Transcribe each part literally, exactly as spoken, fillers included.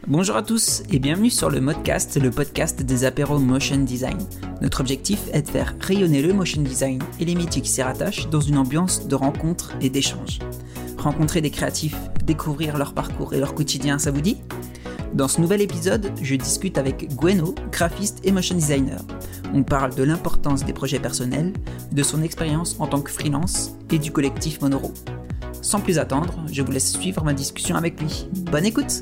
Bonjour à tous et bienvenue sur le Modcast, le podcast des apéros motion design. Notre objectif est de faire rayonner le motion design et les métiers qui s'y rattachent dans une ambiance de rencontre et d'échange. Rencontrer des créatifs, découvrir leur parcours et leur quotidien, ça vous dit ? Dans ce nouvel épisode, je discute avec Gweno, graphiste et motion designer. On parle de l'importance des projets personnels, de son expérience en tant que freelance et du collectif Monoro. Sans plus attendre, je vous laisse suivre ma discussion avec lui. Bonne écoute!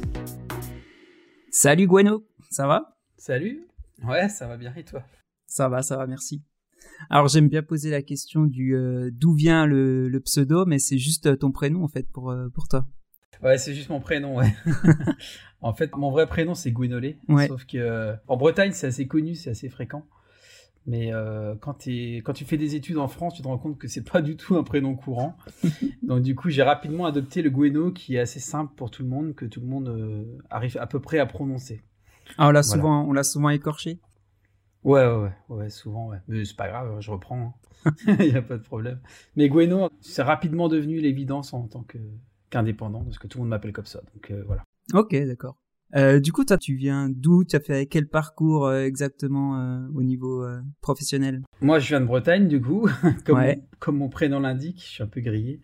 Salut Gweno, ça va ? Salut, ouais, ça va bien et toi ? Ça va, ça va, merci. Alors j'aime bien poser la question du euh, d'où vient le, le pseudo, mais c'est juste ton prénom en fait pour, euh, pour toi. Ouais, c'est juste mon prénom, ouais. En fait, mon vrai prénom c'est Gwenolé, ouais. Sauf que euh, en Bretagne c'est assez connu, c'est assez fréquent. Mais euh, quand, t'es, quand tu fais des études en France, tu te rends compte que c'est pas du tout un prénom courant. Donc du coup, j'ai rapidement adopté le Gweno, qui est assez simple pour tout le monde, que tout le monde euh, arrive à peu près à prononcer. Ah, on l'a voilà. souvent, on l'a souvent écorché. Ouais, ouais, ouais, ouais, souvent, ouais. Mais c'est pas grave, je reprends. Il y a pas de problème. Mais Gweno, c'est rapidement devenu l'évidence en tant que, qu'indépendant, parce que tout le monde m'appelle comme ça. Donc euh, voilà. Ok, d'accord. Euh, du coup, toi, tu viens d'où ? Tu as fait quel parcours euh, exactement euh, au niveau euh, professionnel ? Moi, je viens de Bretagne, du coup, comme, ouais. mon, comme mon prénom l'indique, je suis un peu grillé.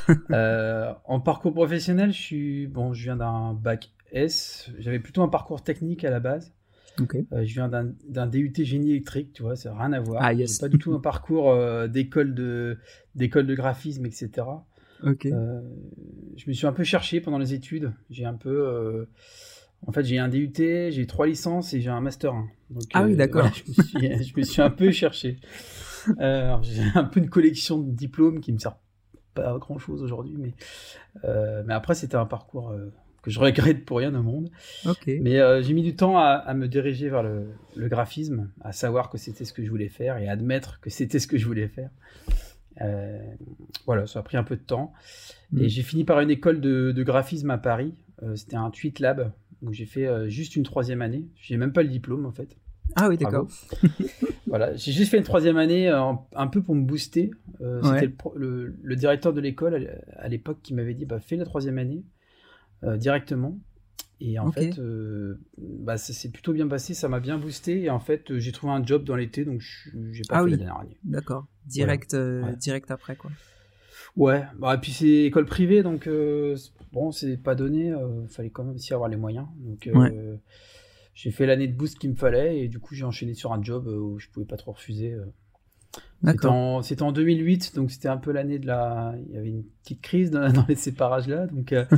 euh, en parcours professionnel, je suis bon, je viens d'un bac S. J'avais plutôt un parcours technique à la base. Okay. Euh, je viens d'un, d'un D U T génie électrique, tu vois, ça n'a rien à voir. Ah, yes. J'ai pas du tout un parcours euh, d'école de d'école de graphisme, et cetera. Okay. Euh, je me suis un peu cherché pendant les études. J'ai un peu euh, En fait, j'ai un D U T, j'ai trois licences et j'ai un Master un. Donc, ah oui, euh, d'accord. Voilà, je, me suis, je me suis un peu cherché. Euh, j'ai un peu une collection de diplômes qui me sert pas à grand-chose aujourd'hui. Mais, euh, mais après, c'était un parcours euh, que je regrette pour rien au monde. Okay. Mais euh, j'ai mis du temps à, à me diriger vers le, le graphisme, à savoir que c'était ce que je voulais faire et à admettre que c'était ce que je voulais faire. Euh, voilà, ça a pris un peu de temps. Mmh. Et j'ai fini par une école de, de graphisme à Paris. Euh, c'était un Tweet Lab. Donc j'ai fait euh, juste une troisième année. J'ai même pas le diplôme en fait. Ah oui, d'accord. Voilà, j'ai juste fait une troisième année euh, un peu pour me booster. Euh, ouais. C'était le, le, le directeur de l'école à, à l'époque qui m'avait dit bah, fais la troisième année euh, directement. Et en okay. fait, euh, bah, ça s'est plutôt bien passé, ça m'a bien boosté. Et en fait, euh, j'ai trouvé un job dans l'été, donc j'ai pas ah fait oui. la dernière année. D'accord. Direct, voilà. euh, ouais. direct après quoi. Ouais, bah, et puis c'est école privée, donc euh, bon, c'est pas donné, il euh, fallait quand même aussi avoir les moyens. Donc euh, ouais. j'ai fait l'année de boost qu'il me fallait, et du coup j'ai enchaîné sur un job où je pouvais pas trop refuser. Euh. C'était, en, c'était en deux mille huit, donc c'était un peu l'année de la... Il y avait une petite crise dans, dans les séparages-là, donc euh,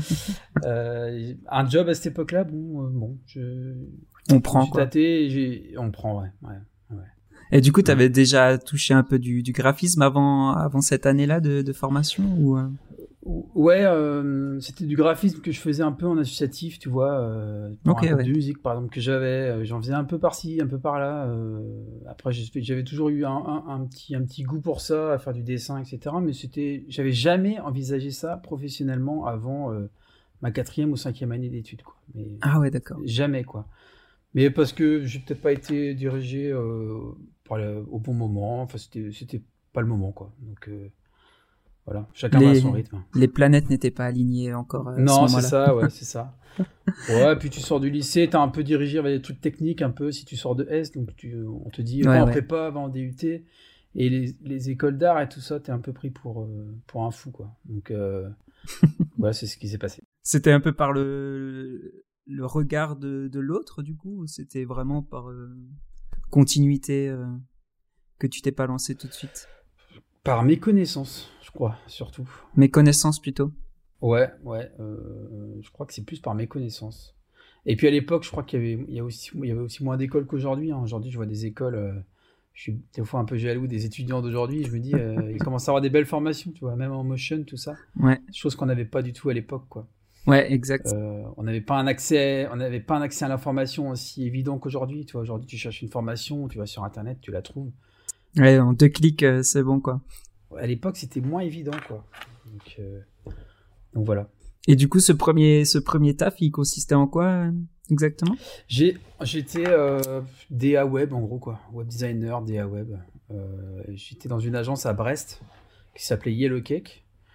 euh, un job à cette époque-là, bon, euh, bon je... On prend, je suis quoi. tâté, et j'ai... on prend, ouais, ouais, ouais. Et du coup, tu avais ouais. déjà touché un peu du, du graphisme avant, avant cette année-là de, de formation ou euh... Ouais, euh, c'était du graphisme que je faisais un peu en associatif, tu vois, euh, pour okay, un groupe ouais. de musique par exemple que j'avais, j'en faisais un peu par-ci, un peu par-là. Euh, après, j'avais toujours eu un, un, un, petit, un petit goût pour ça, à faire du dessin, et cetera. Mais c'était, j'avais jamais envisagé ça professionnellement avant euh, ma quatrième ou cinquième année d'études, quoi. Mais ah ouais, d'accord. Jamais, quoi. Mais parce que j'ai peut-être pas été dirigé euh, par le, au bon moment. Enfin, c'était, c'était pas le moment, quoi. Donc euh, voilà, chacun les, va à son rythme. Les planètes n'étaient pas alignées encore à non, ce moment-là. c'est ça, ouais, c'est ça. Ouais, puis tu sors du lycée, t'es un peu dirigé vers des trucs techniques, un peu, si tu sors de S, donc tu, on te dit, va ouais, en ouais. prépa, va en D U T, et les, les écoles d'art et tout ça, t'es un peu pris pour, euh, pour un fou, quoi. Donc, euh, voilà, c'est ce qui s'est passé. C'était un peu par le, le regard de, de l'autre, du coup, ou c'était vraiment par euh, continuité euh, que tu t'es pas lancé tout de suite ? Par méconnaissance, je crois, surtout. Méconnaissance plutôt. Ouais, ouais. Euh, je crois que c'est plus par méconnaissance. Et puis à l'époque, je crois qu'il y avait, il y a aussi, il y avait aussi moins d'écoles qu'aujourd'hui. Hein. Aujourd'hui, je vois des écoles. Euh, je suis des fois un peu jaloux des étudiants d'aujourd'hui. Je me dis, euh, ils commencent à avoir des belles formations, tu vois, même en motion, tout ça. Ouais. Chose qu'on n'avait pas du tout à l'époque, quoi. Ouais, exact. Euh, on n'avait pas un accès, on n'avait pas un accès à l'information aussi évident qu'aujourd'hui. Tu vois, aujourd'hui, tu cherches une formation, tu vas sur Internet, tu la trouves. Ouais, en deux clics, euh, c'est bon, quoi. À l'époque, c'était moins évident, quoi. Donc, euh, donc voilà. Et du coup, ce premier, ce premier taf, il consistait en quoi euh, exactement ? J'ai, j'étais euh, D A web, en gros, quoi. Web designer, D A web. Euh, j'étais dans une agence à Brest qui s'appelait Yellow Cake.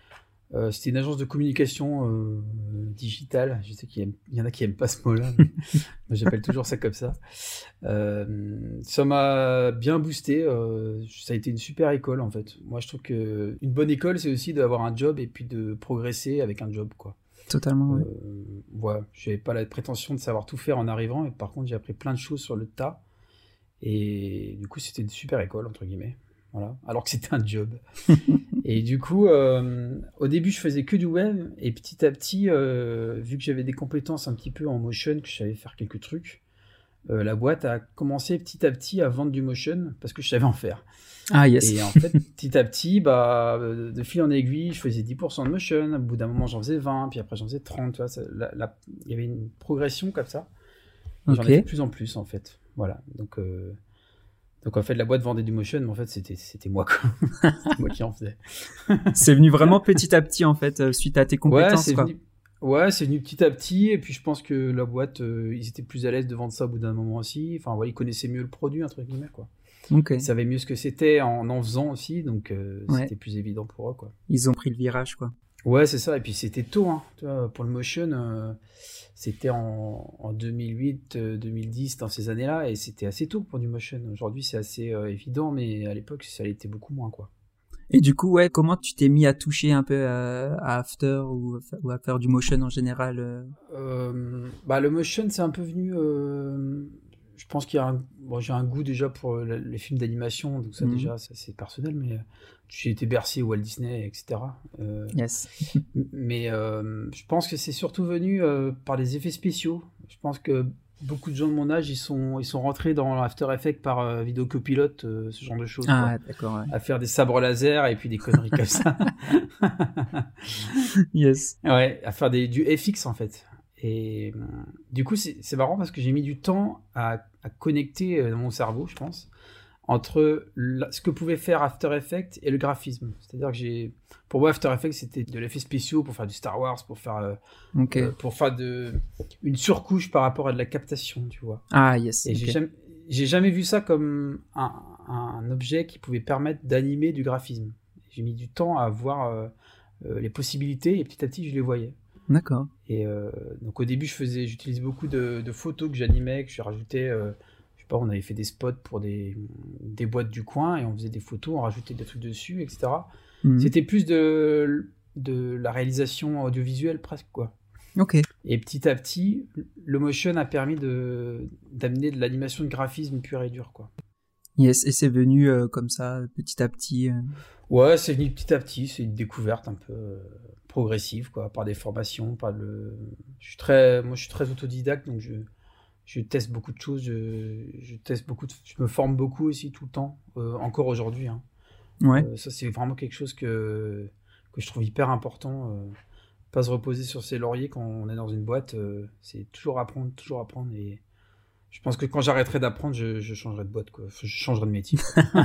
Euh, c'était une agence de communication euh, digitale. Je sais qu'il y, a, il y en a qui n'aiment pas ce mot-là, mais moi j'appelle toujours ça comme ça. Euh, ça m'a bien boosté. Euh, ça a été une super école en fait. Moi je trouve que une bonne école, c'est aussi d'avoir un job et puis de progresser avec un job, quoi. Totalement. Ouais. Euh, ouais, j'avais pas la prétention de savoir tout faire en arrivant, et par contre j'ai appris plein de choses sur le tas. Et du coup c'était une super école entre guillemets. Voilà. Alors que c'était un job. Et du coup, euh, au début, je faisais que du web. Et petit à petit, euh, vu que j'avais des compétences un petit peu en motion, que je savais faire quelques trucs, euh, la boîte a commencé petit à petit à vendre du motion parce que je savais en faire. Ah, yes. Et en fait, petit à petit, bah, de fil en aiguille, je faisais dix pour cent de motion. Au bout d'un moment, j'en faisais vingt. Puis après, j'en faisais trente. Tu vois, ça, la, la, il y avait une progression comme ça. Et okay. J'en ai fait de plus en plus, en fait. Voilà. Donc... Euh, Donc en fait, la boîte vendait du motion, mais en fait, c'était, c'était moi, quoi. C'était moi qui en faisais. C'est venu vraiment petit à petit, en fait, suite à tes compétences, ouais, c'est quoi. Venu... Ouais, c'est venu petit à petit. Et puis, je pense que la boîte, euh, ils étaient plus à l'aise de vendre ça au bout d'un moment aussi. Enfin, ouais, ils connaissaient mieux le produit, entre guillemets, quoi. Okay. Ils savaient mieux ce que c'était en en faisant aussi. Donc, euh, ouais. C'était plus évident pour eux, quoi. Ils ont pris le virage, quoi. Ouais, c'est ça. Et puis, c'était tôt, hein. Tu vois, pour le motion... Euh... C'était en, en deux mille huit, deux mille dix, dans ces années-là, et c'était assez tôt pour du motion. Aujourd'hui, c'est assez euh, évident, mais à l'époque, ça l'était beaucoup moins, quoi. Et du coup, ouais, comment tu t'es mis à toucher un peu à, à After ou, ou à faire du motion en général euh... Euh, bah, le motion, c'est un peu venu... Euh, je pense qu'il y a un... Bon, j'ai un goût déjà pour les films d'animation, donc ça, mmh. déjà, ça, c'est personnel, mais j'ai été bercé Walt Disney, et cetera. Euh, yes. mais euh, je pense que c'est surtout venu euh, par les effets spéciaux. Je pense que beaucoup de gens de mon âge, ils sont, ils sont rentrés dans After Effects par euh, Video Copilot, euh, ce genre de choses. Ah, quoi. d'accord. Ouais. À faire des sabres laser et puis des conneries comme ça. Yes. Ouais, à faire des, du F X en fait. Et euh, du coup, c'est, c'est marrant parce que j'ai mis du temps à, à connecter euh, dans mon cerveau, je pense, entre la, ce que pouvait faire After Effects et le graphisme. C'est-à-dire que j'ai, pour moi, After Effects, c'était de l'effet spéciaux pour faire du Star Wars, pour faire, euh, okay. euh, pour faire de, une surcouche par rapport à de la captation, tu vois. Ah, yes. Et okay. j'ai, jamais, j'ai jamais vu ça comme un, un objet qui pouvait permettre d'animer du graphisme. J'ai mis du temps à voir euh, euh, les possibilités et petit à petit, je les voyais. D'accord. Et euh, donc au début, je faisais, j'utilisais beaucoup de, de photos que j'animais, que je rajoutais. Euh, je sais pas, on avait fait des spots pour des, des boîtes du coin et on faisait des photos, on rajoutait des trucs dessus, et cetera. Mmh. C'était plus de, de la réalisation audiovisuelle presque, quoi. Ok. Et petit à petit, le motion a permis de, d'amener de l'animation de graphisme pur et dur, quoi. Yes, et c'est venu euh, comme ça, petit à petit. Euh... Ouais, c'est venu petit à petit, c'est une découverte un peu euh, progressive, quoi, par des formations, par le. Je suis très, moi, je suis très autodidacte, donc je, je teste beaucoup de choses, je, je teste beaucoup, de... je me forme beaucoup aussi tout le temps, euh, encore aujourd'hui. Hein. Ouais. Euh, ça, c'est vraiment quelque chose que que je trouve hyper important. Euh, pas se reposer sur ses lauriers quand on est dans une boîte, euh, c'est toujours apprendre, toujours apprendre et je pense que quand j'arrêterai d'apprendre, je, je changerai de boîte, quoi. Je changerai de métier.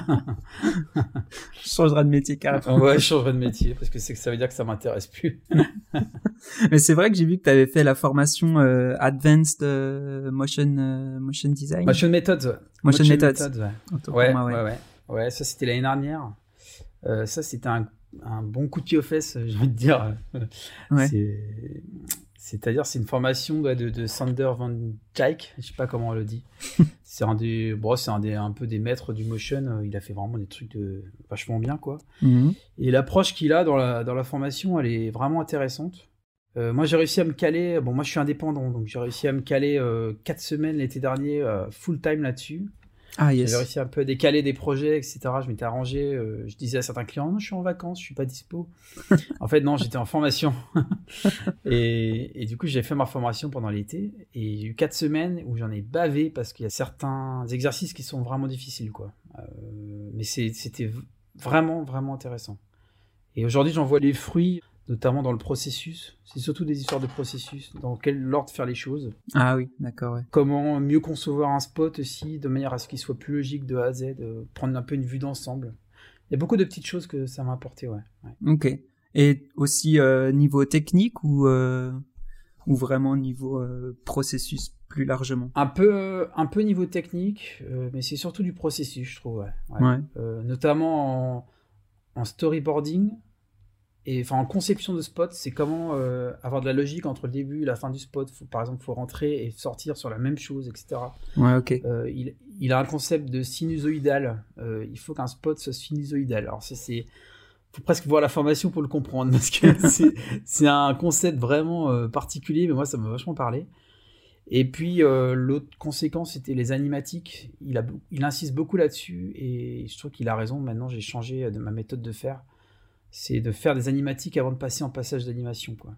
Je changerai de métier, carrément. Ouais, je changerai de métier, parce que c'est, ça veut dire que ça m'intéresse plus. Mais c'est vrai que j'ai vu que tu avais fait la formation euh, Advanced euh, Motion, euh, Motion Design. Motion Methods, ouais. Motion, Motion Methods. Methods ouais. Ouais, moi, ouais. ouais, ouais. Ouais, ça c'était l'année dernière. Euh, ça c'était un, un bon coup de pied aux fesses, j'ai envie de dire. Ouais. C'est... C'est-à-dire, c'est une formation de, de, de Sander Van Dyke, je sais pas comment on le dit. c'est un des, bon, c'est un des, un peu des maîtres du motion. Il a fait vraiment des trucs de vachement bien, quoi. Mm-hmm. Et l'approche qu'il a dans la, dans la formation, elle est vraiment intéressante. Euh, moi, j'ai réussi à me caler. Bon, moi, je suis indépendant, donc j'ai réussi à me caler euh, quatre semaines l'été dernier, euh, full time là-dessus. Ah, yes. J'avais réussi un peu à décaler des projets, et cetera. Je m'étais arrangé. Euh, je disais à certains clients, non, je suis en vacances, je suis pas dispo. En fait, non, j'étais en formation. et, et du coup, j'ai fait ma formation pendant l'été. Et j'ai eu quatre semaines où j'en ai bavé parce qu'il y a certains exercices qui sont vraiment difficiles, quoi. Euh, mais c'est, c'était vraiment, vraiment intéressant. Et aujourd'hui, j'en vois les fruits, notamment dans le processus. C'est surtout des histoires de processus, dans quel ordre faire les choses. Ah oui, d'accord, ouais. Comment mieux concevoir un spot aussi, de manière à ce qu'il soit plus logique de A à Z, de prendre un peu une vue d'ensemble. Il y a beaucoup de petites choses que ça m'a apporté, ouais. ouais. Ok. Et aussi euh, niveau technique ou, euh, ou vraiment niveau euh, processus plus largement? Un peu, euh, un peu niveau technique, euh, mais c'est surtout du processus, je trouve, ouais. ouais. ouais. Euh, notamment en, en storyboarding. et enfin en conception de spot, c'est comment euh, avoir de la logique entre le début et la fin du spot. Faut, par exemple, il faut rentrer et sortir sur la même chose, et cetera. Ouais, ok. Euh, il, il a un concept de sinusoïdal. Euh, il faut qu'un spot soit sinusoïdal. Alors ça, c'est faut presque voir la formation pour le comprendre parce que c'est, c'est un concept vraiment euh, particulier, mais moi ça m'a vachement parlé. Et puis euh, l'autre conséquence c'était les animatiques. Il, a, il insiste beaucoup là-dessus et je trouve qu'il a raison. Maintenant j'ai changé de ma méthode de faire. C'est de faire des animatiques avant de passer en passage d'animation, quoi.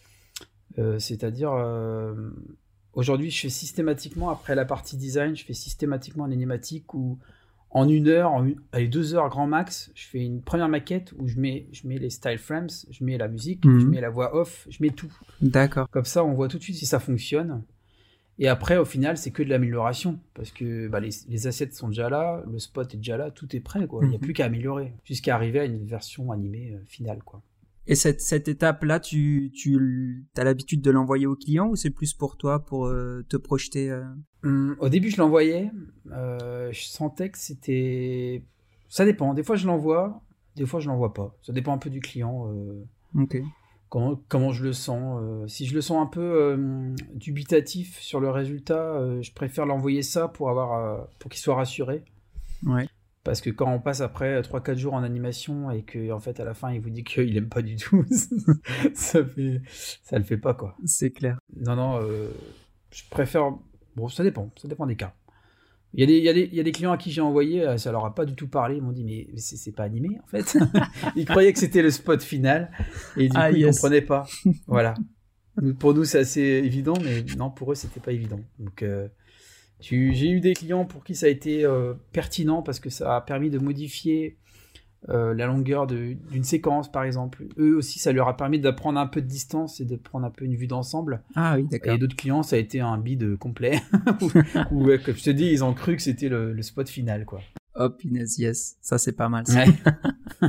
Euh, c'est-à-dire euh, aujourd'hui je fais systématiquement, après la partie design, je fais systématiquement une animatique où en une heure, en une, allez, deux heures grand max, je fais une première maquette où je mets, je mets les style frames, je mets la musique, mmh. je mets la voix off, je mets tout. D'accord. Comme ça, on voit tout de suite si ça fonctionne. Et après, au final, c'est que de l'amélioration. Parce que bah, les, les assets sont déjà là, le spot est déjà là, tout est prêt, quoi. Il mmh. n'y a plus qu'à améliorer, jusqu'à arriver à une version animée euh, finale, quoi. Et cette, cette étape-là, tu, tu as l'habitude de l'envoyer au client ou c'est plus pour toi, pour euh, te projeter euh... hum, Au début, je l'envoyais. Euh, je sentais que c'était... Ça dépend. Des fois, je l'envoie. Des fois, je l'envoie pas. Ça dépend un peu du client. Euh... Ok. Comment, comment je le sens. Euh, si je le sens un peu euh, dubitatif sur le résultat, euh, je préfère l'envoyer ça pour, avoir, euh, pour qu'il soit rassuré. Ouais. Parce que quand on passe après trois quatre jours en animation et qu'en en fait, à la fin, il vous dit qu'il aime pas du tout, ça fait, ça le fait pas, quoi. C'est clair. Non, non, euh, je préfère... Bon, ça dépend, ça dépend des cas. Il y a des, il y a des, il y a des clients à qui j'ai envoyé, ça leur a pas du tout parlé, ils m'ont dit, mais c'est, c'est pas animé, en fait. Ils croyaient que c'était le spot final, et du ah, coup, yes. ils comprenaient pas. Voilà. Pour nous, c'est assez évident, mais non, pour eux, c'était pas évident. Donc... Euh, J'ai eu des clients pour qui ça a été euh, pertinent parce que ça a permis de modifier euh, la longueur de, d'une séquence, par exemple. Eux aussi, ça leur a permis de prendre un peu de distance et de prendre un peu une vue d'ensemble. Ah oui, d'accord. Et d'autres clients, ça a été un bid complet. où, ouais, comme je te dis, ils ont cru que c'était le, le spot final, quoi. Oh, punaise, yes. Ça, c'est pas mal. Ça. Ouais.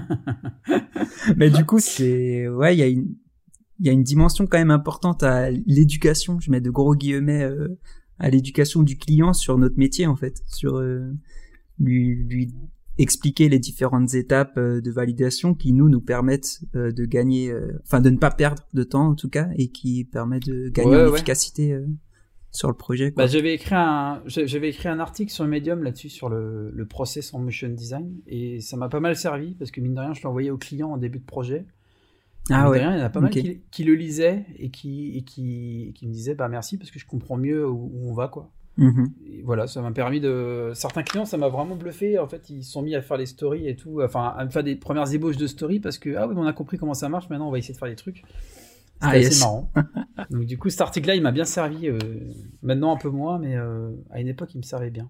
Mais du coup, c'est... Ouais, il y a une... Il y a une dimension quand même importante à l'éducation. Je mets de gros guillemets... Euh... à l'éducation du client sur notre métier, en fait, sur euh, lui, lui expliquer les différentes étapes euh, de validation qui nous nous permettent euh, de gagner, enfin euh, de ne pas perdre de temps en tout cas, et qui permet de gagner ouais, en ouais. efficacité euh, sur le projet, quoi. Bah, j'avais écrit un j'avais écrit un article sur Medium là-dessus sur le, le process en motion design et ça m'a pas mal servi parce que mine de rien je l'envoyais au client en début de projet. Ah ouais. Rien, il y en a pas okay. mal qui, qui le lisaient et qui, et qui, et qui me disaient bah merci parce que je comprends mieux où, où on va, quoi. Mm-hmm. Et voilà, ça m'a permis de. Certains clients, ça m'a vraiment bluffé. En fait, ils se sont mis à faire les stories et tout, enfin à me faire des premières ébauches de stories parce que ah oui, on a compris comment ça marche. Maintenant, on va essayer de faire des trucs. C'était ah, assez yes. marrant. Donc du coup, cet article-là, il m'a bien servi. Euh, maintenant, un peu moins, mais euh, à une époque, il me servait bien.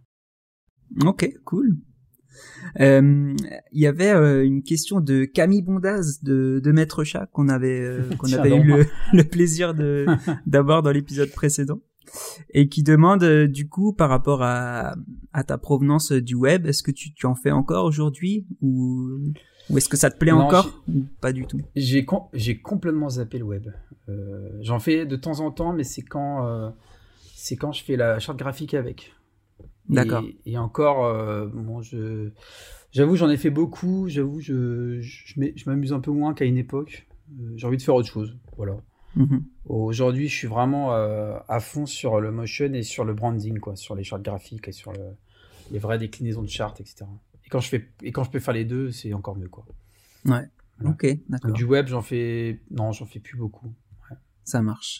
Ok, cool. Il euh, y avait euh, une question de Camille Bondaz de, de Maître Chat qu'on avait euh, qu'on avait eu le, le plaisir de d'avoir dans l'épisode précédent et qui demande euh, du coup par rapport à à ta provenance du web, est-ce que tu tu en fais encore aujourd'hui ou ou est-ce que ça te plaît non, encore ou pas du tout? J'ai com- j'ai complètement zappé le web. Euh, j'en fais de temps en temps, mais c'est quand euh, c'est quand je fais la charte graphique avec. D'accord. Et, et encore, euh, bon, je, j'avoue, j'en ai fait beaucoup. J'avoue, je, je, je m'amuse un peu moins qu'à une époque. Euh, j'ai envie de faire autre chose. Voilà. Mm-hmm. Aujourd'hui, je suis vraiment euh, à fond sur le motion et sur le branding, quoi, sur les chartes graphiques et sur le, les vraies déclinaisons de chartes, et cetera. Et quand je fais, et quand je peux faire les deux, c'est encore mieux, quoi. Ouais. Voilà. Ok, d'accord. Donc, du web, j'en fais, non, j'en fais plus beaucoup. Ouais. Ça marche.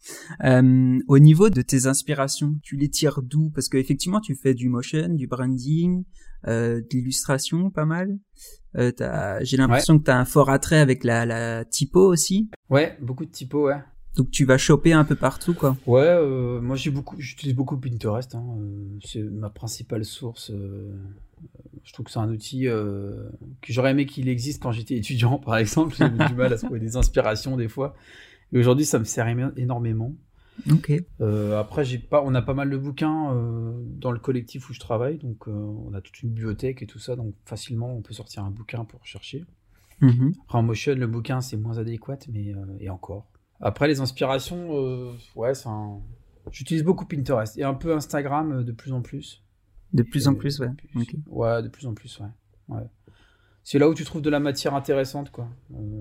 Euh, au niveau de tes inspirations, tu les tires d'où? Parce que effectivement, tu fais du motion, du branding, euh, de l'illustration, pas mal. Euh, t'as, j'ai l'impression ouais. que tu as un fort attrait avec la, la typo aussi. Ouais, beaucoup de typo, ouais. Donc tu vas choper un peu partout, quoi. Ouais, euh, moi j'ai beaucoup, j'utilise beaucoup Pinterest. Hein, euh, c'est ma principale source. Euh, je trouve que c'est un outil euh, que j'aurais aimé qu'il existe quand j'étais étudiant, par exemple. J'ai eu du mal à trouver des inspirations des fois. Et aujourd'hui, ça me sert énormément. Ok. Euh, après, j'ai pas, on a pas mal de bouquins euh, dans le collectif où je travaille, donc euh, on a toute une bibliothèque et tout ça, donc facilement on peut sortir un bouquin pour chercher. Mm-hmm. Après, en motion, le bouquin c'est moins adéquat, mais euh, et encore. Après, les inspirations, euh, ouais, c'est un... j'utilise beaucoup Pinterest et un peu Instagram euh, de plus en plus. De plus et, en plus, ouais. Plus, okay. Ouais, de plus en plus, ouais. ouais. C'est là où tu trouves de la matière intéressante, quoi. Euh,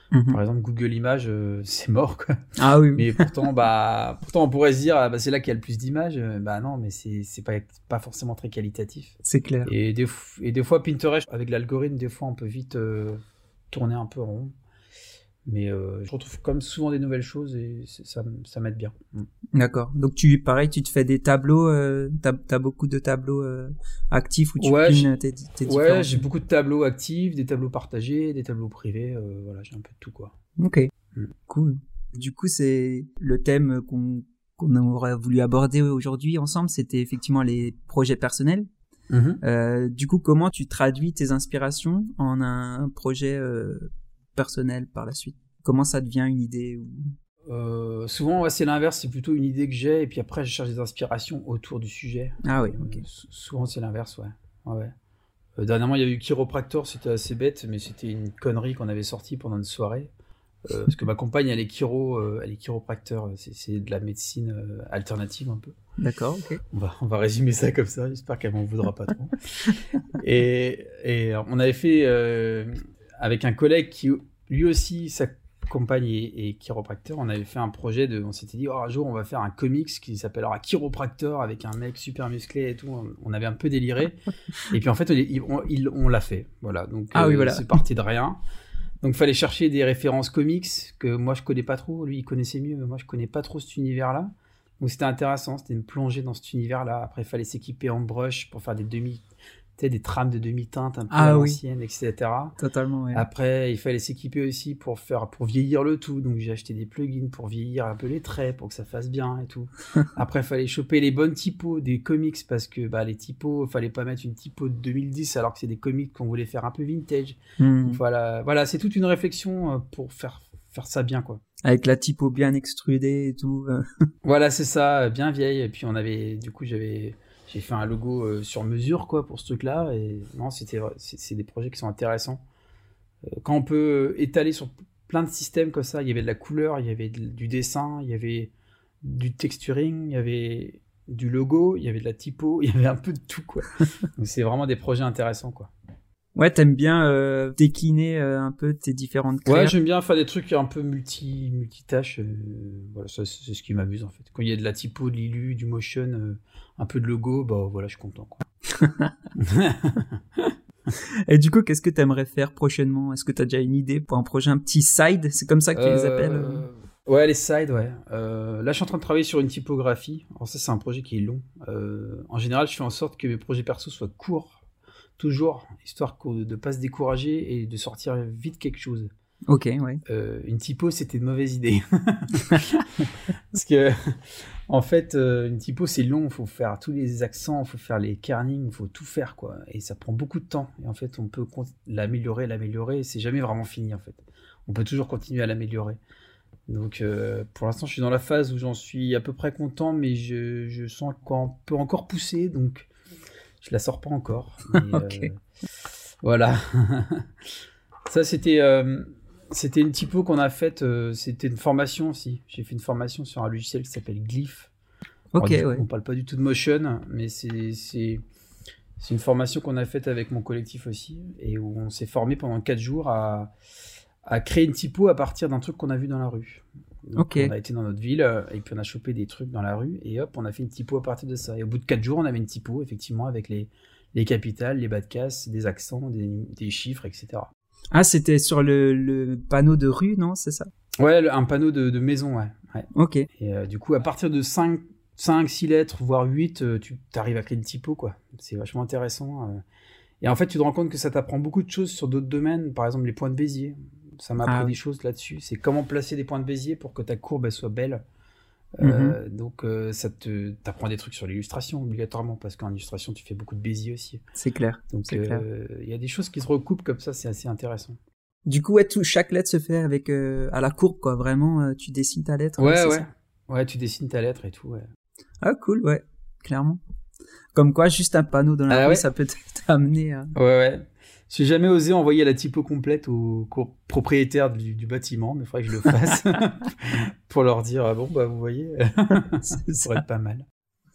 Mmh. Par exemple, Google Images, euh, c'est mort, quoi. Ah oui. Mais pourtant, bah, pourtant, on pourrait se dire, ah, bah, c'est là qu'il y a le plus d'images. Bah non, mais c'est, c'est pas, pas forcément très qualitatif. C'est clair. Et des, et des fois, Pinterest, avec l'algorithme, des fois, on peut vite euh, tourner un peu rond. Mais euh, je retrouve comme souvent des nouvelles choses et ça, ça m'aide bien. D'accord. Donc tu, pareil, tu te fais des tableaux, euh, t'as, t'as beaucoup de tableaux euh, actifs où tu ouais, pines tes, tes différents. Ouais, j'ai beaucoup de tableaux actifs, des tableaux partagés, des tableaux privés. Euh, voilà, j'ai un peu de tout, quoi. Ok. Mm. Cool. Du coup, c'est le thème qu'on, qu'on aurait voulu aborder aujourd'hui ensemble, c'était effectivement les projets personnels. Mm-hmm. Euh, du coup, comment tu traduis tes inspirations en un projet euh, personnel par la suite? Comment ça devient une idée ou... euh, Souvent, ouais, c'est l'inverse. C'est plutôt une idée que j'ai et puis après, je cherche des inspirations autour du sujet. Ah oui, ok. Euh, souvent, c'est l'inverse, ouais. ouais, ouais. Euh, dernièrement, il y a eu Chiropractor. C'était assez bête, mais c'était une connerie qu'on avait sortie pendant une soirée. Euh, parce que ma compagne, elle est chiro, euh, elle est chiropracteur. C'est, c'est de la médecine euh, alternative un peu. D'accord, ok. On va, on va résumer ça comme ça. J'espère qu'elle m'en voudra pas trop. et, et on avait fait euh, avec un collègue qui, lui aussi, sa compagne est, est chiropracteur. On avait fait un projet de, on s'était dit, oh, un jour, on va faire un comics qui s'appellera Chiropracteur avec un mec super musclé et tout. On avait un peu déliré. Et puis en fait, on, on, on l'a fait. Voilà. Donc ah, euh, oui, voilà. C'est parti de rien. Donc, il fallait chercher des références comics que moi, je connais pas trop. Lui, il connaissait mieux, mais moi, je connais pas trop cet univers-là. Donc, c'était intéressant. C'était une plongée dans cet univers-là. Après, il fallait s'équiper en brush pour faire des demi... Tu sais, des trames de demi-teinte un peu ah, anciennes, oui. et cetera. Totalement, ouais. Après, il fallait s'équiper aussi pour faire, pour vieillir le tout. Donc, j'ai acheté des plugins pour vieillir un peu les traits, pour que ça fasse bien et tout. Après, il fallait choper les bonnes typos des comics parce que bah, les typos, il fallait pas mettre une typo de deux mille dix alors que c'est des comics qu'on voulait faire un peu vintage. Mmh. Donc, voilà, voilà, c'est toute une réflexion pour faire, faire ça bien, quoi. Avec la typo bien extrudée et tout. Voilà, c'est ça, bien vieille. Et puis, on avait, du coup, j'avais... J'ai fait un logo euh, sur mesure quoi pour ce truc-là et non c'était c'est, c'est des projets qui sont intéressants. Euh, quand on peut étaler sur plein de systèmes comme ça, il y avait de la couleur, il y avait de, du dessin, il y avait du texturing, il y avait du logo, il y avait de la typo, il y avait un peu de tout quoi. Donc c'est vraiment des projets intéressants quoi. Ouais, t'aimes bien euh, décliner euh, un peu tes différentes créas. Ouais, j'aime bien faire des trucs un peu multi multitâches. Euh, voilà, ça, c'est ce qui m'amuse en fait. Quand il y a de la typo, de l'illu, du motion, euh, un peu de logo, bah voilà, je suis content quoi. Et du coup, qu'est-ce que t'aimerais faire prochainement? Est-ce que t'as déjà une idée pour un projet, un petit side? C'est comme ça que tu euh, les appelles euh... Ouais, les sides, ouais. Euh, là, je suis en train de travailler sur une typographie. Alors ça, c'est un projet qui est long. Euh, en général, je fais en sorte que mes projets perso soient courts. Toujours, histoire de ne pas se décourager et de sortir vite quelque chose. Ok, ouais. Euh, une typo, c'était une mauvaise idée. Parce que, en fait, euh, une typo, c'est long, il faut faire tous les accents, il faut faire les kernings, il faut tout faire, quoi. Et ça prend beaucoup de temps. Et en fait, on peut l'améliorer, l'améliorer, et c'est jamais vraiment fini, en fait. On peut toujours continuer à l'améliorer. Donc, euh, pour l'instant, je suis dans la phase où j'en suis à peu près content, mais je, je sens qu'on peut encore pousser, donc... Je la sors pas encore. Mais, okay. euh, voilà. Ça, c'était, euh, c'était une typo qu'on a faite. Euh, c'était une formation aussi. J'ai fait une formation sur un logiciel qui s'appelle Glyph. Ok, Alors, ouais. On parle pas du tout de motion, mais c'est, c'est, c'est une formation qu'on a faite avec mon collectif aussi. Et où on s'est formé pendant quatre jours à, à créer une typo à partir d'un truc qu'on a vu dans la rue. Donc, okay. On a été dans notre ville et puis on a chopé des trucs dans la rue et hop, on a fait une typo à partir de ça. Et au bout de quatre jours, on avait une typo, effectivement, avec les, les capitales, les bas de casse, des accents, des, des chiffres, et cetera. Ah, c'était sur le, le panneau de rue, non? C'est ça? Ouais, un panneau de, de maison, ouais. ouais. Ok. Et euh, du coup, à partir de cinq, six lettres, voire huit, tu arrives à créer une typo, quoi. C'est vachement intéressant. Euh. Et en fait, tu te rends compte que ça t'apprend beaucoup de choses sur d'autres domaines, par exemple les points de Bézier. Ça m'a appris ah, des choses là-dessus. C'est comment placer des points de Bézier pour que ta courbe elle soit belle. Mm-hmm. Euh, donc, euh, ça te t'apprend des trucs sur l'illustration obligatoirement parce qu'en illustration, tu fais beaucoup de Bézier aussi. C'est clair. Donc, il euh, y a des choses qui se recoupent comme ça. C'est assez intéressant. Du coup, ouais, tout, chaque lettre se fait avec euh, à la courbe, quoi. Vraiment, euh, tu dessines ta lettre. Ouais, ouais. Ça. Ouais, tu dessines ta lettre et tout. Ouais. Ah, cool, ouais. Clairement. Comme quoi, juste un panneau dans la ah, rue, ouais. ça peut t'amener à. Ouais, ouais. J'ai jamais osé envoyer la typo complète au propriétaire du, du bâtiment, mais il faudrait que je le fasse pour leur dire ah bon bah vous voyez, ça pourrait être pas mal.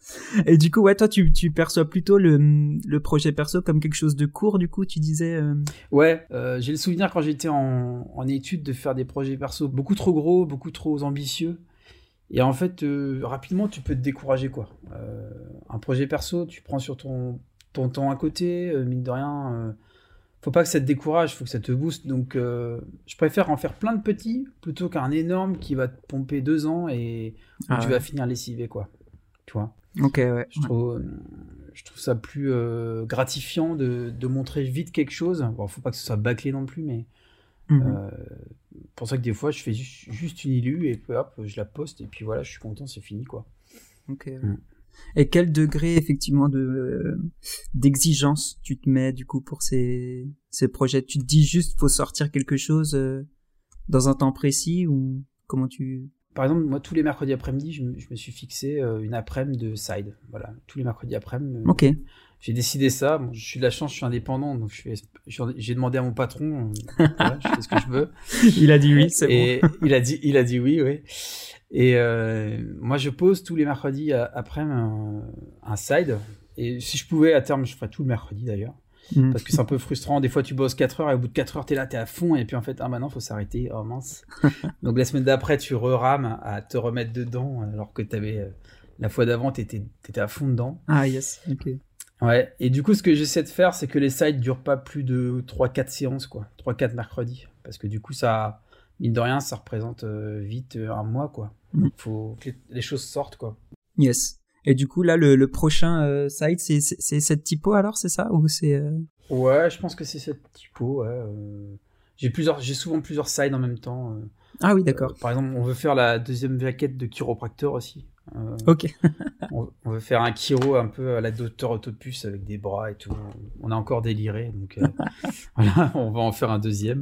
Et du coup, ouais, toi, tu, tu perçois plutôt le, le projet perso comme quelque chose de court, du coup, tu disais euh... Ouais, euh, j'ai le souvenir quand j'étais en, en études de faire des projets perso beaucoup trop gros, beaucoup trop ambitieux. Et en fait, euh, rapidement, tu peux te décourager, quoi. Euh, un projet perso, tu prends sur ton, ton temps à côté, euh, mine de rien. Euh, faut pas que ça te décourage, faut que ça te booste. Donc, euh, je préfère en faire plein de petits plutôt qu'un énorme qui va te pomper deux ans et où ah, tu ouais. vas finir lessivé, quoi. Tu vois. Ok, ouais. Je trouve, ouais. je trouve ça plus euh, gratifiant de, de montrer vite quelque chose. Bon, faut pas que ce soit bâclé non plus, mais Mm-hmm. euh, pour ça que des fois, je fais juste, juste une illu et puis hop, je la poste et puis voilà, je suis content, c'est fini, quoi. Ok. Ouais. Mm. Et quel degré effectivement de euh, d'exigence tu te mets du coup pour ces ces projets? Tu te dis juste faut sortir quelque chose euh, dans un temps précis ou comment tu... Par exemple, moi, tous les mercredis après-midi, je, je me suis fixé euh, une après-midi de side. Voilà, tous les mercredis après-midi. Euh, ok. J'ai décidé ça. Bon, je suis de la chance, je suis indépendant, donc je fais, j'ai demandé à mon patron. Euh, voilà, je fais ce que je veux. Il a dit oui, c'est et bon. il a dit, il a dit oui, oui. Et euh, moi, je pose tous les mercredis après un, un side. Et si je pouvais, à terme, je ferais tout le mercredi d'ailleurs. Mmh. Parce que c'est un peu frustrant. Des fois, tu bosses quatre heures et au bout de quatre heures, t'es là, t'es à fond. Et puis en fait, ah maintenant, faut s'arrêter. Oh mince. Donc la semaine d'après, tu re-rames à te remettre dedans. Alors que t'avais, euh, la fois d'avant, t'étais, t'étais à fond dedans. Ah yes, ok. Ouais. Et du coup, ce que j'essaie de faire, c'est que les sides durent pas plus de trois quatre séances, quoi. trois quatre mercredis. Parce que du coup, ça, mine de rien, ça représente euh, vite euh, un mois, quoi. Il mmh. faut que les, les choses sortent, quoi. Yes. Et du coup, là, le, le prochain euh, site, c'est, c'est, c'est cette typo alors, c'est ça ou c'est euh... Ouais, je pense que c'est cette typo. Ouais. Euh... J'ai plusieurs, j'ai souvent plusieurs sides en même temps. Euh... Ah oui, d'accord. Euh, par exemple, on veut faire la deuxième jaquette de chiropracteur aussi. Euh... Ok. on, on veut faire un chiro un peu à la Docteur Autopus avec des bras et tout. On a encore déliré, donc euh, voilà, on va en faire un deuxième.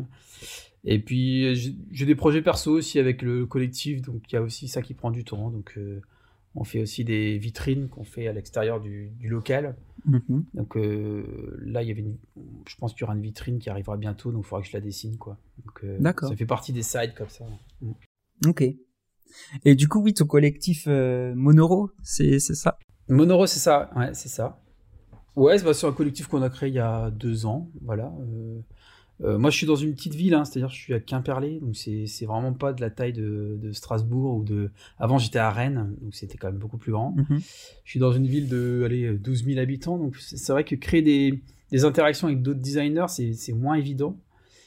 Et puis j'ai, j'ai des projets perso aussi avec le collectif, donc il y a aussi ça qui prend du temps. Donc euh, on fait aussi des vitrines qu'on fait à l'extérieur du, du local. Mm-hmm. Donc euh, là, il y avait une, je pense qu'il y aura une vitrine qui arrivera bientôt, donc il faudra que je la dessine, quoi. Donc euh, D'accord. Ça fait partie des sides comme ça. Mm. Ok. Et du coup, oui, ton collectif euh, Monoro, c'est, c'est ça? Monoro, c'est ça, ouais, c'est ça. Ouais, c'est, bah, c'est un collectif qu'on a créé il y a deux ans, voilà. Euh, Euh, moi, je suis dans une petite ville, hein, c'est-à-dire que je suis à Quimperlé, donc c'est, c'est vraiment pas de la taille de, de Strasbourg ou de. Avant, j'étais à Rennes, donc c'était quand même beaucoup plus grand. Mm-hmm. Je suis dans une ville de allez, douze mille habitants, donc c'est, c'est vrai que créer des, des interactions avec d'autres designers, c'est, c'est moins évident.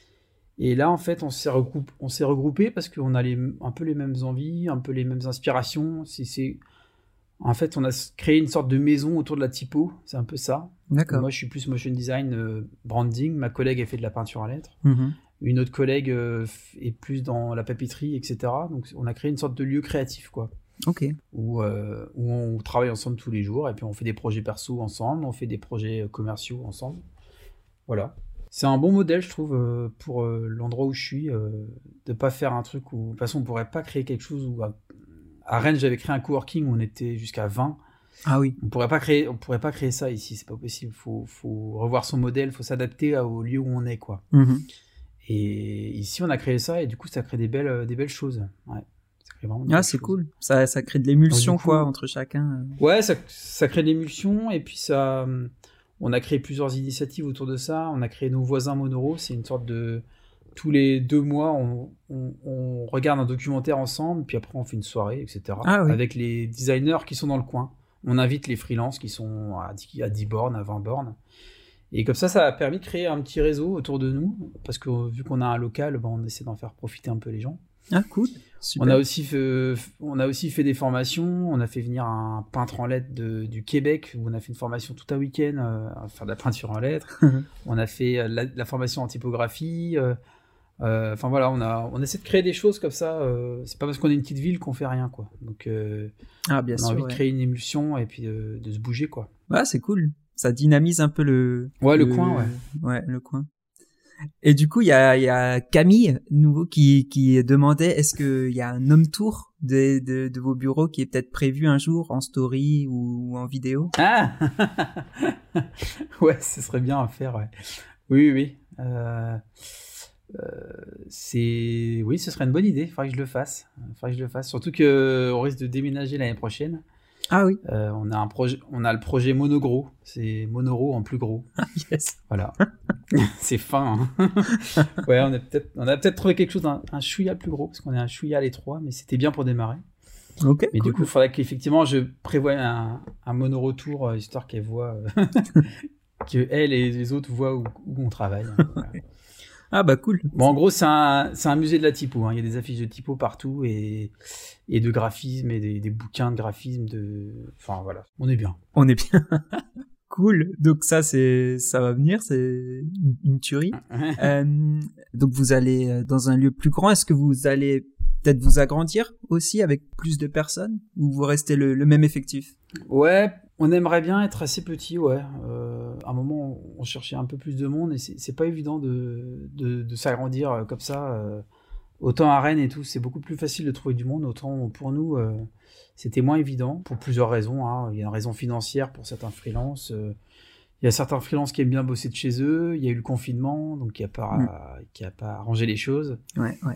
Et là, en fait, on s'est, regroup, on s'est regroupé parce qu'on a les, un peu les mêmes envies, un peu les mêmes inspirations. C'est, c'est... En fait, on a créé une sorte de maison autour de la typo, c'est un peu ça. D'accord. Moi, je suis plus motion design, euh, branding. Ma collègue a fait de la peinture à lettres. Mm-hmm. Une autre collègue euh, est plus dans la papeterie, et cetera. Donc, on a créé une sorte de lieu créatif, quoi. Ok. Où, euh, où on travaille ensemble tous les jours et puis on fait des projets perso ensemble, on fait des projets commerciaux ensemble. Voilà. C'est un bon modèle, je trouve, euh, pour euh, l'endroit où je suis, euh, de pas faire un truc où... De toute façon, on pourrait pas créer quelque chose où... À, à Rennes, j'avais créé un coworking où on était jusqu'à vingt. Ah oui. On pourrait pas créer, on pourrait pas créer ça ici, c'est pas possible. Faut, faut revoir son modèle, faut s'adapter au lieu où on est, quoi. Mm-hmm. Et ici, on a créé ça et du coup, ça crée des belles, des belles choses. Ouais. Ça crée vraiment ah, c'est choses. Cool. Ça, ça crée de l'émulsion, coup, quoi, entre chacun. Ouais, ça, ça crée de l'émulsion et puis ça, on a créé plusieurs initiatives autour de ça. On a créé nos voisins Monoro, c'est une sorte de tous les deux mois, on, on, on regarde un documentaire ensemble, puis après on fait une soirée, et cetera. Ah, oui. Avec les designers qui sont dans le coin. On invite les freelances qui sont à dix, à dix bornes, à vingt bornes. Et comme ça, ça a permis de créer un petit réseau autour de nous, parce que vu qu'on a un local, ben, on essaie d'en faire profiter un peu les gens. Ah, cool. Super. On a aussi fait, on a aussi fait des formations. On a fait venir un peintre en lettres de, du Québec, où on a fait une formation tout un week-end euh, à faire de la peinture en lettres. On a fait la, la formation en typographie. Euh, Enfin euh, voilà, on a, on essaie de créer des choses comme ça. Euh, c'est pas parce qu'on est une petite ville qu'on fait rien, quoi. Donc, euh, ah, bien on a sûr, envie ouais. de créer une émulsion et puis de, de se bouger, quoi. Ouais, c'est cool. Ça dynamise un peu le. Ouais, le, le coin, ouais. Ouais, le coin. Et du coup, il y a, il y a Camille, nouveau, qui, qui demandait est-ce qu'il y a un home tour de, de, de vos bureaux qui est peut-être prévu un jour en story ou en vidéo? Ah ouais, ce serait bien à faire, ouais. Oui, oui. Euh... Euh, c'est oui, ce serait une bonne idée. Il faudrait que je le fasse. Il faudrait que je le fasse. Surtout que on risque de déménager l'année prochaine. Ah oui. Euh, on a un projet, on a le projet Monogros. C'est Monoro en plus gros. Ah yes. Voilà. C'est fin. Hein. Ouais, on a peut-être, on a peut-être trouvé quelque chose un, un chouïa plus gros parce qu'on est un chouïa les trois, mais c'était bien pour démarrer. Ok. Mais cool. du coup, il faudrait qu'effectivement je prévoie un, un mono-retour euh, histoire qu'elle voit, euh, que elle et les autres voient où, où on travaille. Hein. Voilà. Ah bah cool. Bon, en gros, c'est un, c'est un musée de la typo. Hein. Il y a des affiches de typo partout et, et de graphisme et des, des bouquins de graphisme. De... Enfin, voilà, on est bien. On est bien. Cool. Donc ça, c'est, ça va venir, c'est une, une tuerie. euh, donc vous allez dans un lieu plus grand. Est-ce que vous allez peut-être vous agrandir aussi avec plus de personnes ou vous restez le, le même effectif? Ouais, on aimerait bien être assez petit, ouais. Euh, à un moment, on cherchait un peu plus de monde et c'est, c'est pas évident de, de, de s'agrandir comme ça. Euh, autant à Rennes et tout, c'est beaucoup plus facile de trouver du monde. Autant pour nous, euh, c'était moins évident pour plusieurs raisons. Hein. Il y a une raison financière pour certains freelances. Euh, il y a certains freelances qui aiment bien bosser de chez eux. Il y a eu le confinement, donc qui a pas, mmh. qui a pas arrangé les choses. Ouais, ouais.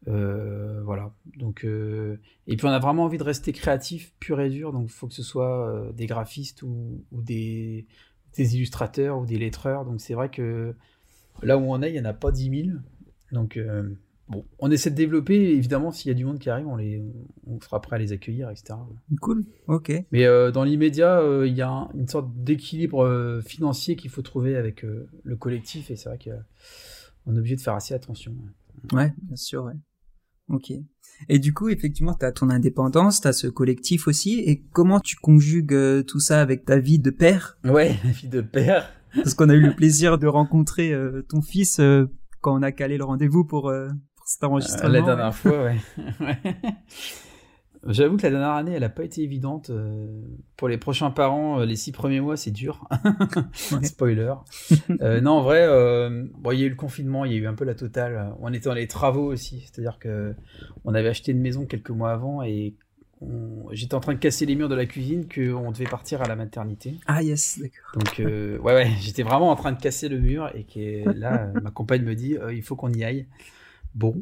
Euh, voilà. Donc, euh... et puis on a vraiment envie de rester créatif, pur et dur. Donc il faut que ce soit euh, des graphistes ou, ou des, des illustrateurs ou des lettreurs. Donc c'est vrai que là où on est, il n'y en a pas dix mille. Donc euh, bon, on essaie de développer. Évidemment, s'il y a du monde qui arrive, on, les, on sera prêt à les accueillir, et cetera. Cool, ok. Mais euh, dans l'immédiat, euh, il y a un, une sorte d'équilibre euh, financier qu'il faut trouver avec euh, le collectif. Et c'est vrai qu'on est obligé de faire assez attention. Ouais, bien sûr, ouais. Ok. Et du coup, effectivement, tu as ton indépendance, tu as ce collectif aussi. Et comment tu conjugues euh, tout ça avec ta vie de père? Ouais, la vie de père. Parce qu'on a eu le plaisir de rencontrer euh, ton fils euh, quand on a calé le rendez-vous pour, euh, pour cet enregistrement. Euh, la dernière ouais. fois, ouais. ouais. J'avoue que la dernière année, elle n'a pas été évidente. Euh, pour les prochains parents, euh, les six premiers mois, c'est dur. Ouais. Spoiler. euh, non, en vrai, euh, bon, il y a eu le confinement, il y a eu un peu la totale. On était dans les travaux aussi, c'est-à-dire que on avait acheté une maison quelques mois avant et on... j'étais en train de casser les murs de la cuisine qu'on devait partir à la maternité. Ah yes, d'accord. Donc euh, ouais, ouais, j'étais vraiment en train de casser le mur et que là, ma compagne me dit, euh, il faut qu'on y aille. Bon.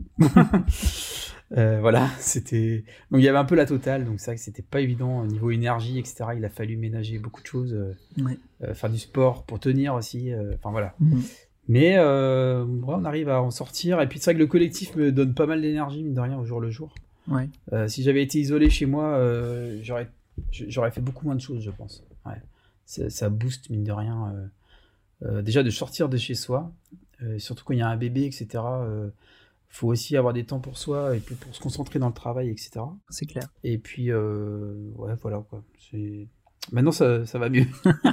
Euh, voilà, c'était. Donc il y avait un peu la totale, donc c'est vrai que c'était pas évident au niveau énergie, et cetera. Il a fallu ménager beaucoup de choses, euh, ouais. euh, faire du sport pour tenir aussi. Euh, enfin voilà. Mm-hmm. Mais euh, ouais, on arrive à en sortir. Et puis c'est vrai que le collectif me donne pas mal d'énergie, mine de rien, au jour le jour. Ouais. Euh, si j'avais été isolé chez moi, euh, j'aurais, j'aurais fait beaucoup moins de choses, je pense. Ouais. Ça, ça booste, mine de rien. Euh, euh, déjà de sortir de chez soi, euh, surtout quand il y a un bébé, et cetera. Euh, faut aussi avoir des temps pour soi et puis pour se concentrer dans le travail, et cetera. C'est clair. Et puis, euh, ouais, voilà, quoi. C'est... Maintenant, ça, ça va mieux.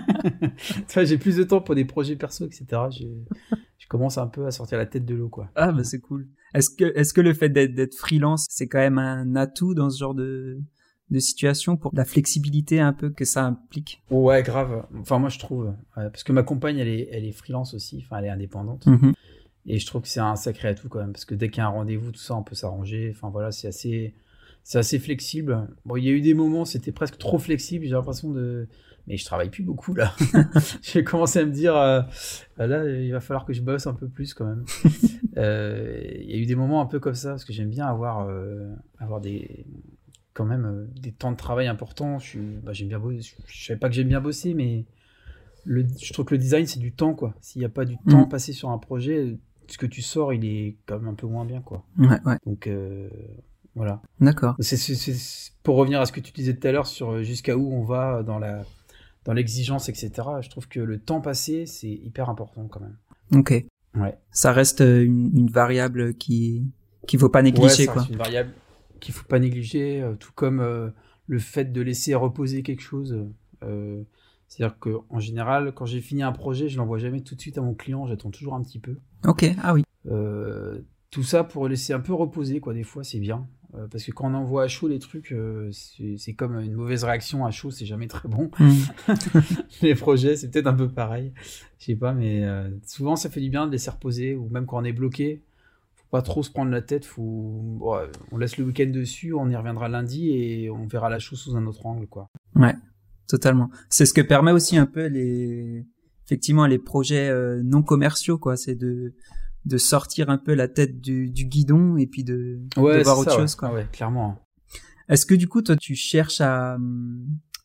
Enfin, j'ai plus de temps pour des projets perso, et cetera. J'ai, je commence un peu à sortir la tête de l'eau, quoi. Ah, bah, c'est cool. Est-ce que, est-ce que le fait d'être, d'être freelance, c'est quand même un atout dans ce genre de, de situation pour la flexibilité un peu que ça implique? Ouais, grave. Enfin, moi, je trouve. Ouais, parce que ma compagne, elle est, elle est freelance aussi. Enfin, elle est indépendante. Mm-hmm. Et je trouve que c'est un sacré atout quand même, parce que dès qu'il y a un rendez-vous, tout ça, on peut s'arranger. Enfin voilà, c'est assez, c'est assez flexible. Bon, il y a eu des moments, c'était presque trop flexible. J'ai l'impression de, mais je travaille plus beaucoup là. J'ai commencé à me dire, euh, là, il va falloir que je bosse un peu plus quand même. euh, il y a eu des moments un peu comme ça, parce que j'aime bien avoir, euh, avoir des, quand même, euh, des temps de travail importants. Je suis, bah, j'aime bien bosser. Je, je savais pas que j'aime bien bosser, mais le, je trouve que le design c'est du temps, quoi. S'il n'y a pas du temps mmh. passé sur un projet, ce que tu sors, il est quand même un peu moins bien, quoi. Ouais, ouais. Donc, euh, voilà. D'accord. C'est, c'est, c'est, pour revenir à ce que tu disais tout à l'heure sur jusqu'à où on va dans, la, dans l'exigence, et cetera, je trouve que le temps passé, c'est hyper important, quand même. Ok. Ouais. Ça reste une, une variable qui qu'il faut pas négliger, ouais, ça quoi. C'est une variable qu'il faut pas négliger, euh, tout comme euh, le fait de laisser reposer quelque chose. Euh, C'est-à-dire qu'en général, quand j'ai fini un projet, je ne l'envoie jamais tout de suite à mon client, j'attends toujours un petit peu. Ok, ah oui. Euh, tout ça pour laisser un peu reposer, quoi. Des fois, c'est bien. Euh, parce que quand on envoie à chaud les trucs, euh, c'est, c'est comme une mauvaise réaction à chaud, c'est jamais très bon. Mm. Les projets, c'est peut-être un peu pareil. Je sais pas, mais euh, souvent, ça fait du bien de laisser reposer, ou même quand on est bloqué, faut pas trop se prendre la tête, faut... bon, on laisse le week-end dessus, on y reviendra lundi et on verra la chose sous un autre angle, quoi. Ouais. Totalement. C'est ce que permet aussi un peu les, effectivement, les projets euh, non commerciaux, quoi. C'est de, de sortir un peu la tête du, du guidon et puis de, ouais, de voir autre ça, chose, ouais. quoi. Ah ouais, clairement. Est-ce que du coup, toi, tu cherches à,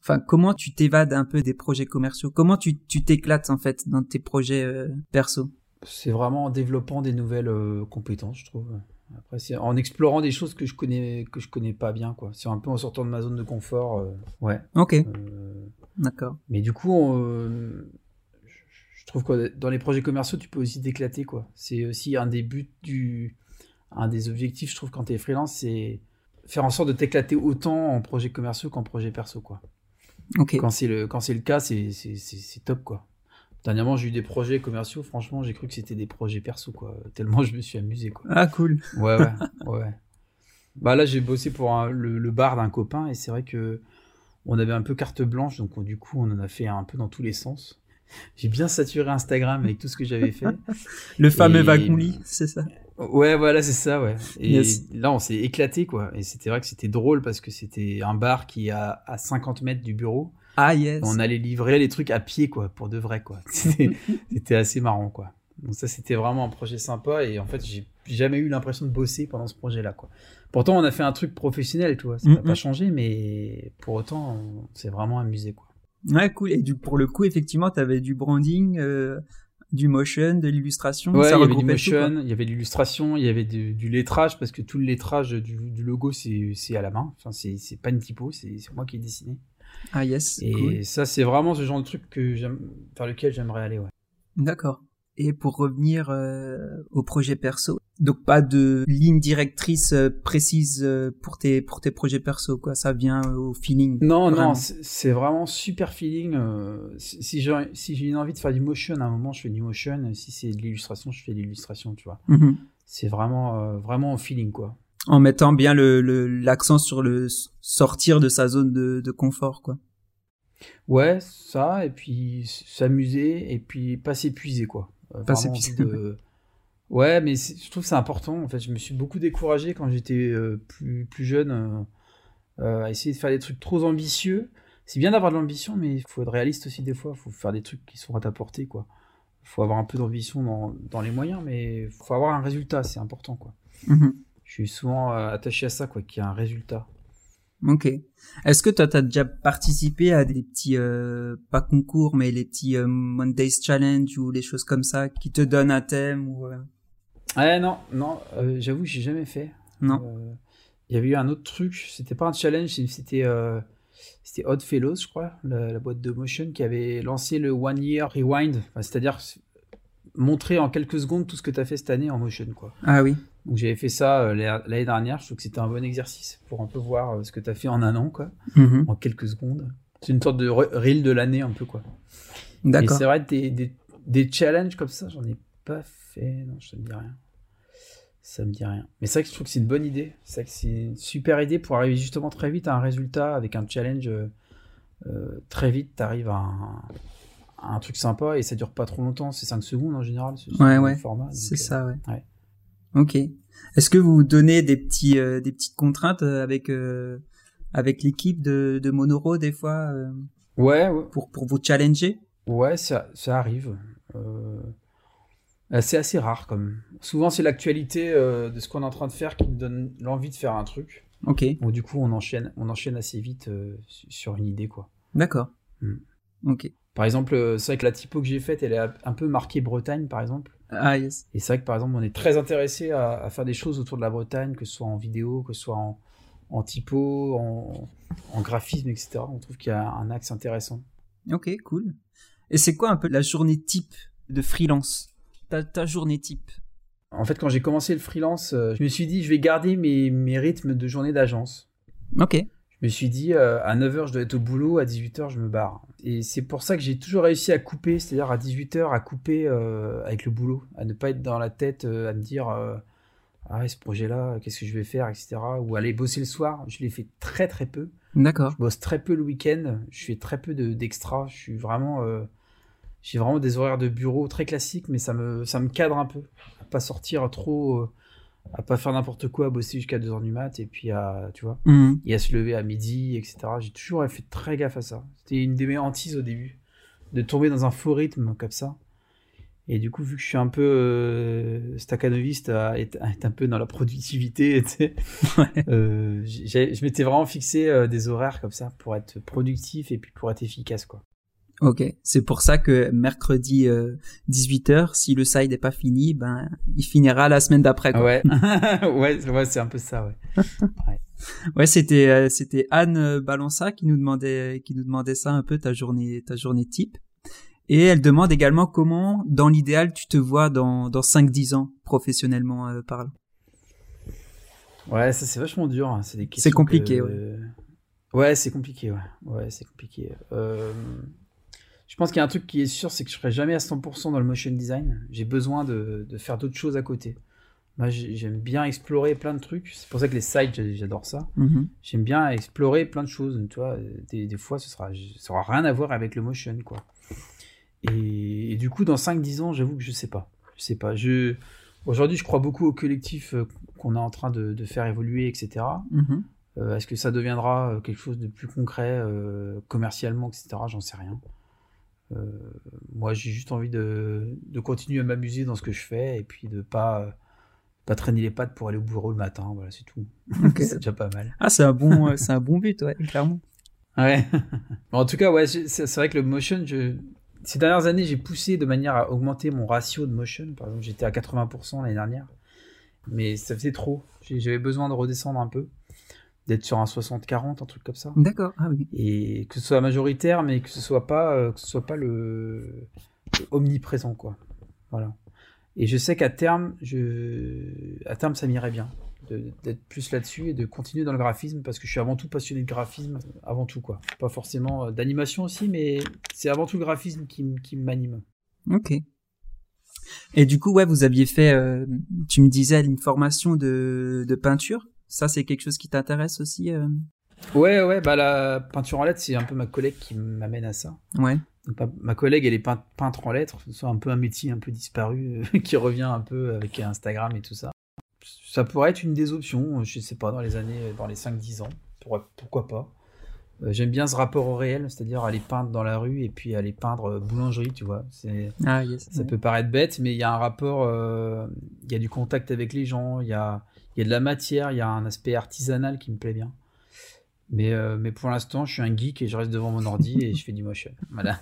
Enfin, comment tu t'évades un peu des projets commerciaux? Comment tu, tu t'éclates, en fait, dans tes projets euh, perso? C'est vraiment en développant des nouvelles euh, compétences, je trouve. Après, c'est en explorant des choses que je connais, que je connais pas bien, quoi. C'est un peu en sortant de ma zone de confort. Euh, ouais. Ok. Euh, D'accord. mais du coup, on, euh, je, je trouve que dans les projets commerciaux, tu peux aussi t'éclater, quoi. C'est aussi un des buts du, un des objectifs, je trouve, quand tu es freelance, c'est faire en sorte de t'éclater autant en projets commerciaux qu'en projets perso, quoi. Ok. Quand c'est le, quand c'est le cas, c'est, c'est, c'est, c'est top, quoi. Dernièrement, j'ai eu des projets commerciaux, franchement, j'ai cru que c'était des projets perso, quoi. Tellement je me suis amusé, quoi. Ah, cool. Ouais, ouais, ouais. Bah là, j'ai bossé pour un- le, le bar d'un copain et c'est vrai que on avait un peu carte blanche, donc on- du coup, on en a fait un peu dans tous les sens. J'ai bien saturé Instagram avec tout ce que j'avais fait. Le fameux Et- wagon-lit, c'est ça? Ouais, voilà, c'est ça, ouais. Et Yes. là, on s'est éclaté, quoi. Et c'était vrai que c'était drôle parce que c'était un bar qui est à, à cinquante mètres du bureau. Ah, yes. Et on allait livrer les trucs à pied, quoi, pour de vrai, quoi. C'était, c'était assez marrant, quoi. Donc ça, c'était vraiment un projet sympa. Et en fait, j'ai jamais eu l'impression de bosser pendant ce projet-là, quoi. Pourtant, on a fait un truc professionnel, tu vois. Ça n'a Mm-mm. pas changé, mais pour autant, on s'est vraiment amusé, quoi. Ouais, cool. Et du, pour le coup, effectivement, t'avais du branding, euh, du motion, de l'illustration. Ouais, Ça il y avait du regroupait tout, quoi. motion, il y avait de l'illustration, il y avait du, du lettrage, parce que tout le lettrage du, du logo, c'est c'est à la main. Enfin, c'est c'est pas une typo, c'est c'est moi qui ai dessiné. Ah, yes. Et Cool. ça, c'est vraiment ce genre de truc que j'aime, vers lequel j'aimerais aller, ouais. D'accord. Et pour revenir euh, au projet perso, donc pas de ligne directrice euh, précise euh, pour tes pour tes projets perso, quoi. Ça vient euh, au feeling. Non, Vraiment. non, c'est c'est vraiment super feeling. euh, si si j'ai si j'ai une envie de faire du motion, à un moment, je fais du motion. Si c'est de l'illustration, je fais de l'illustration, tu vois. Mhm. C'est vraiment, euh, vraiment au feeling, quoi. En mettant bien le le- l'accent sur le s- sortir de sa zone de, de confort, quoi. Ouais, ça, et puis s- s'amuser, et puis pas s'épuiser, quoi. Euh, Pas vraiment envie s'épuiser, de... Ouais, mais c'est- je trouve que c'est important. En fait, je me suis beaucoup découragé quand j'étais euh, plus, plus jeune euh, euh, à essayer de faire des trucs trop ambitieux. C'est bien d'avoir de l'ambition, mais il faut être réaliste aussi des fois. Il faut faire des trucs qui sont à ta portée, quoi. Il faut avoir un peu d'ambition dans, dans les moyens, mais il faut avoir un résultat, c'est important, quoi. Mhm. Je suis souvent euh, attaché à ça, quoi, qu'il y ait un résultat. Ok. Est-ce que toi, t'as déjà participé à des petits, euh, pas concours, mais les petits euh, Mondays Challenge ou les choses comme ça qui te donnent un thème ou euh, Ouais, non, non, euh, j'avoue, j'ai jamais fait. non? Euh, Il y avait eu un autre truc, c'était pas un challenge, c'était euh, c'était Odd Fellows, je crois, la, la boîte de motion qui avait lancé le One Year Rewind, enfin, c'est-à-dire montrer en quelques secondes tout ce que tu as fait cette année en motion, quoi. Ah oui. Donc j'avais fait ça euh, l'année dernière, je trouve que c'était un bon exercice pour un peu voir euh, ce que tu as fait en un an, quoi, Mhm. en quelques secondes. C'est une sorte de re- reel de l'année, un peu, quoi. Et D'accord. c'est vrai, des, des, des challenges comme ça, j'en ai pas fait, non, ça me dit rien. Ça me dit rien. Mais c'est vrai que je trouve que c'est une bonne idée. C'est vrai que c'est une super idée pour arriver justement très vite à un résultat avec un challenge. euh, euh, très vite, tu arrives à un, à un truc sympa et ça dure pas trop longtemps. C'est cinq secondes en général. Ce Ouais, ce ouais. format. C'est Donc, ça, ouais. ouais. Ok. Est-ce que vous vous donnez des petits, euh, des petites contraintes euh, avec euh, avec l'équipe de, de Monoro des fois euh, euh, ouais, ouais, pour pour vous challenger? ouais, ça, ça arrive. Euh, c'est assez rare comme. Souvent, c'est l'actualité euh, de ce qu'on est en train de faire qui nous donne l'envie de faire un truc. Ok. Donc du coup, on enchaîne, on enchaîne assez vite euh, sur une idée, quoi. D'accord. Mm. Ok. Par exemple, euh, c'est vrai que la typo que j'ai faite, elle est un peu marquée Bretagne, par exemple. Ah yes. Et c'est vrai que, par exemple, on est très intéressé à, à faire des choses autour de la Bretagne, que ce soit en vidéo, que ce soit en, en typo, en, en graphisme, et cetera. On trouve qu'il y a un axe intéressant. Ok, cool. Et c'est quoi un peu la journée type de freelance? Ta, ta journée type? En fait, quand j'ai commencé le freelance, euh, je me suis dit, je vais garder mes, mes rythmes de journée d'agence. Ok. Je me suis dit, euh, à neuf heures, je dois être au boulot, à dix-huit heures, je me barre. Et c'est pour ça que j'ai toujours réussi à couper, c'est-à-dire à dix-huit heures, à couper euh, avec le boulot, à ne pas être dans la tête, euh, à me dire, euh, ah ouais, ce projet-là, qu'est-ce que je vais faire, et cetera. Ou aller bosser le soir, je l'ai fait très très peu. D'accord. Je bosse très peu le week-end, je fais très peu de, d'extra, je suis vraiment... Euh, j'ai vraiment des horaires de bureau très classiques, mais ça me, ça me cadre un peu. À pas sortir trop, euh, à pas faire n'importe quoi, à bosser jusqu'à deux heures du mat, et puis à, tu vois, Mhm. et à se lever à midi, et cetera. J'ai toujours fait très gaffe à ça. C'était une des mes hantises au début, de tomber dans un faux rythme comme ça. Et du coup, vu que je suis un peu euh, staccanoviste à être, à être un peu dans la productivité, tu sais, Ouais. euh, j'ai, je m'étais vraiment fixé euh, des horaires comme ça pour être productif et puis pour être efficace, quoi. Ok, c'est pour ça que mercredi euh, dix-huit heures, si le side n'est pas fini, ben il finira la semaine d'après, quoi. Ouais, ouais, ouais, c'est un peu ça, ouais. Ouais, Ouais, c'était euh, c'était Anne Balança qui nous demandait qui nous demandait ça un peu ta journée ta journée type. Et elle demande également comment, dans l'idéal, tu te vois dans dans cinq dix ans professionnellement euh, parlant. ouais, ça c'est vachement dur, hein. C'est des C'est questions compliqué, que... ouais. Ouais, c'est compliqué, ouais. Ouais, c'est compliqué. Euh... Je pense qu'il y a un truc qui est sûr, c'est que je serai jamais à cent pour cent dans le motion design. J'ai besoin de, de faire d'autres choses à côté. Moi, j'aime bien explorer plein de trucs. C'est pour ça que les sites, j'adore ça. Mm-hmm. J'aime bien explorer plein de choses. Tu vois, des, des fois, ce sera, ça aura rien à voir avec le motion, quoi. Et, et du coup, dans cinq dix ans, j'avoue que je sais pas. Je sais pas. Je, aujourd'hui, je crois beaucoup au collectif qu'on est en train de, de faire évoluer, et cetera. Mm-hmm. Euh, est-ce que ça deviendra quelque chose de plus concret, euh, commercialement, et cetera. J'en sais rien. Euh, moi, j'ai juste envie de, de continuer à m'amuser dans ce que je fais et puis de pas, pas traîner les pattes pour aller au bureau le matin. Voilà, c'est tout. Okay. C'est déjà pas mal. Ah, c'est un bon, c'est un bon but, ouais, clairement. Ouais. En tout cas, ouais, c'est, c'est vrai que le motion, je... ces dernières années, j'ai poussé de manière à augmenter mon ratio de motion. Par exemple, j'étais à quatre-vingts pour cent l'année dernière, mais ça faisait trop. J'avais besoin de redescendre un peu, d'être sur un soixante quarante, un truc comme ça. D'accord, ah oui. Et que ce soit majoritaire, mais que ce soit pas, euh, que ce soit pas le, le omniprésent, quoi. Voilà. Et je sais qu'à terme, je, à terme, ça m'irait bien de, d'être plus là-dessus et de continuer dans le graphisme parce que je suis avant tout passionné de graphisme, avant tout, quoi. Pas forcément d'animation aussi, mais c'est avant tout le graphisme qui, qui m'anime. Ok. Et du coup, ouais, vous aviez fait, euh, tu me disais, une formation de, de peinture. Ça, c'est quelque chose qui t'intéresse aussi euh... Ouais, ouais, bah la peinture en lettres, c'est un peu ma collègue qui m'amène à ça. Ouais. Donc, ma collègue, elle est peintre en lettres, c'est un peu un métier un peu disparu, euh, qui revient un peu avec Instagram et tout ça. Ça pourrait être une des options, je sais pas, dans les années, dans les cinq dix ans, pour, pourquoi pas. Euh, j'aime bien ce rapport au réel, c'est-à-dire aller peindre dans la rue et puis aller peindre boulangerie, tu vois. C'est, ah, yes, ça ouais. peut paraître bête, mais il y a un rapport, euh, il y a du contact avec les gens, il y a, il y a de la matière, il y a un aspect artisanal qui me plaît bien. Mais, euh, mais pour l'instant, je suis un geek et je reste devant mon ordi et je fais du motion. Voilà.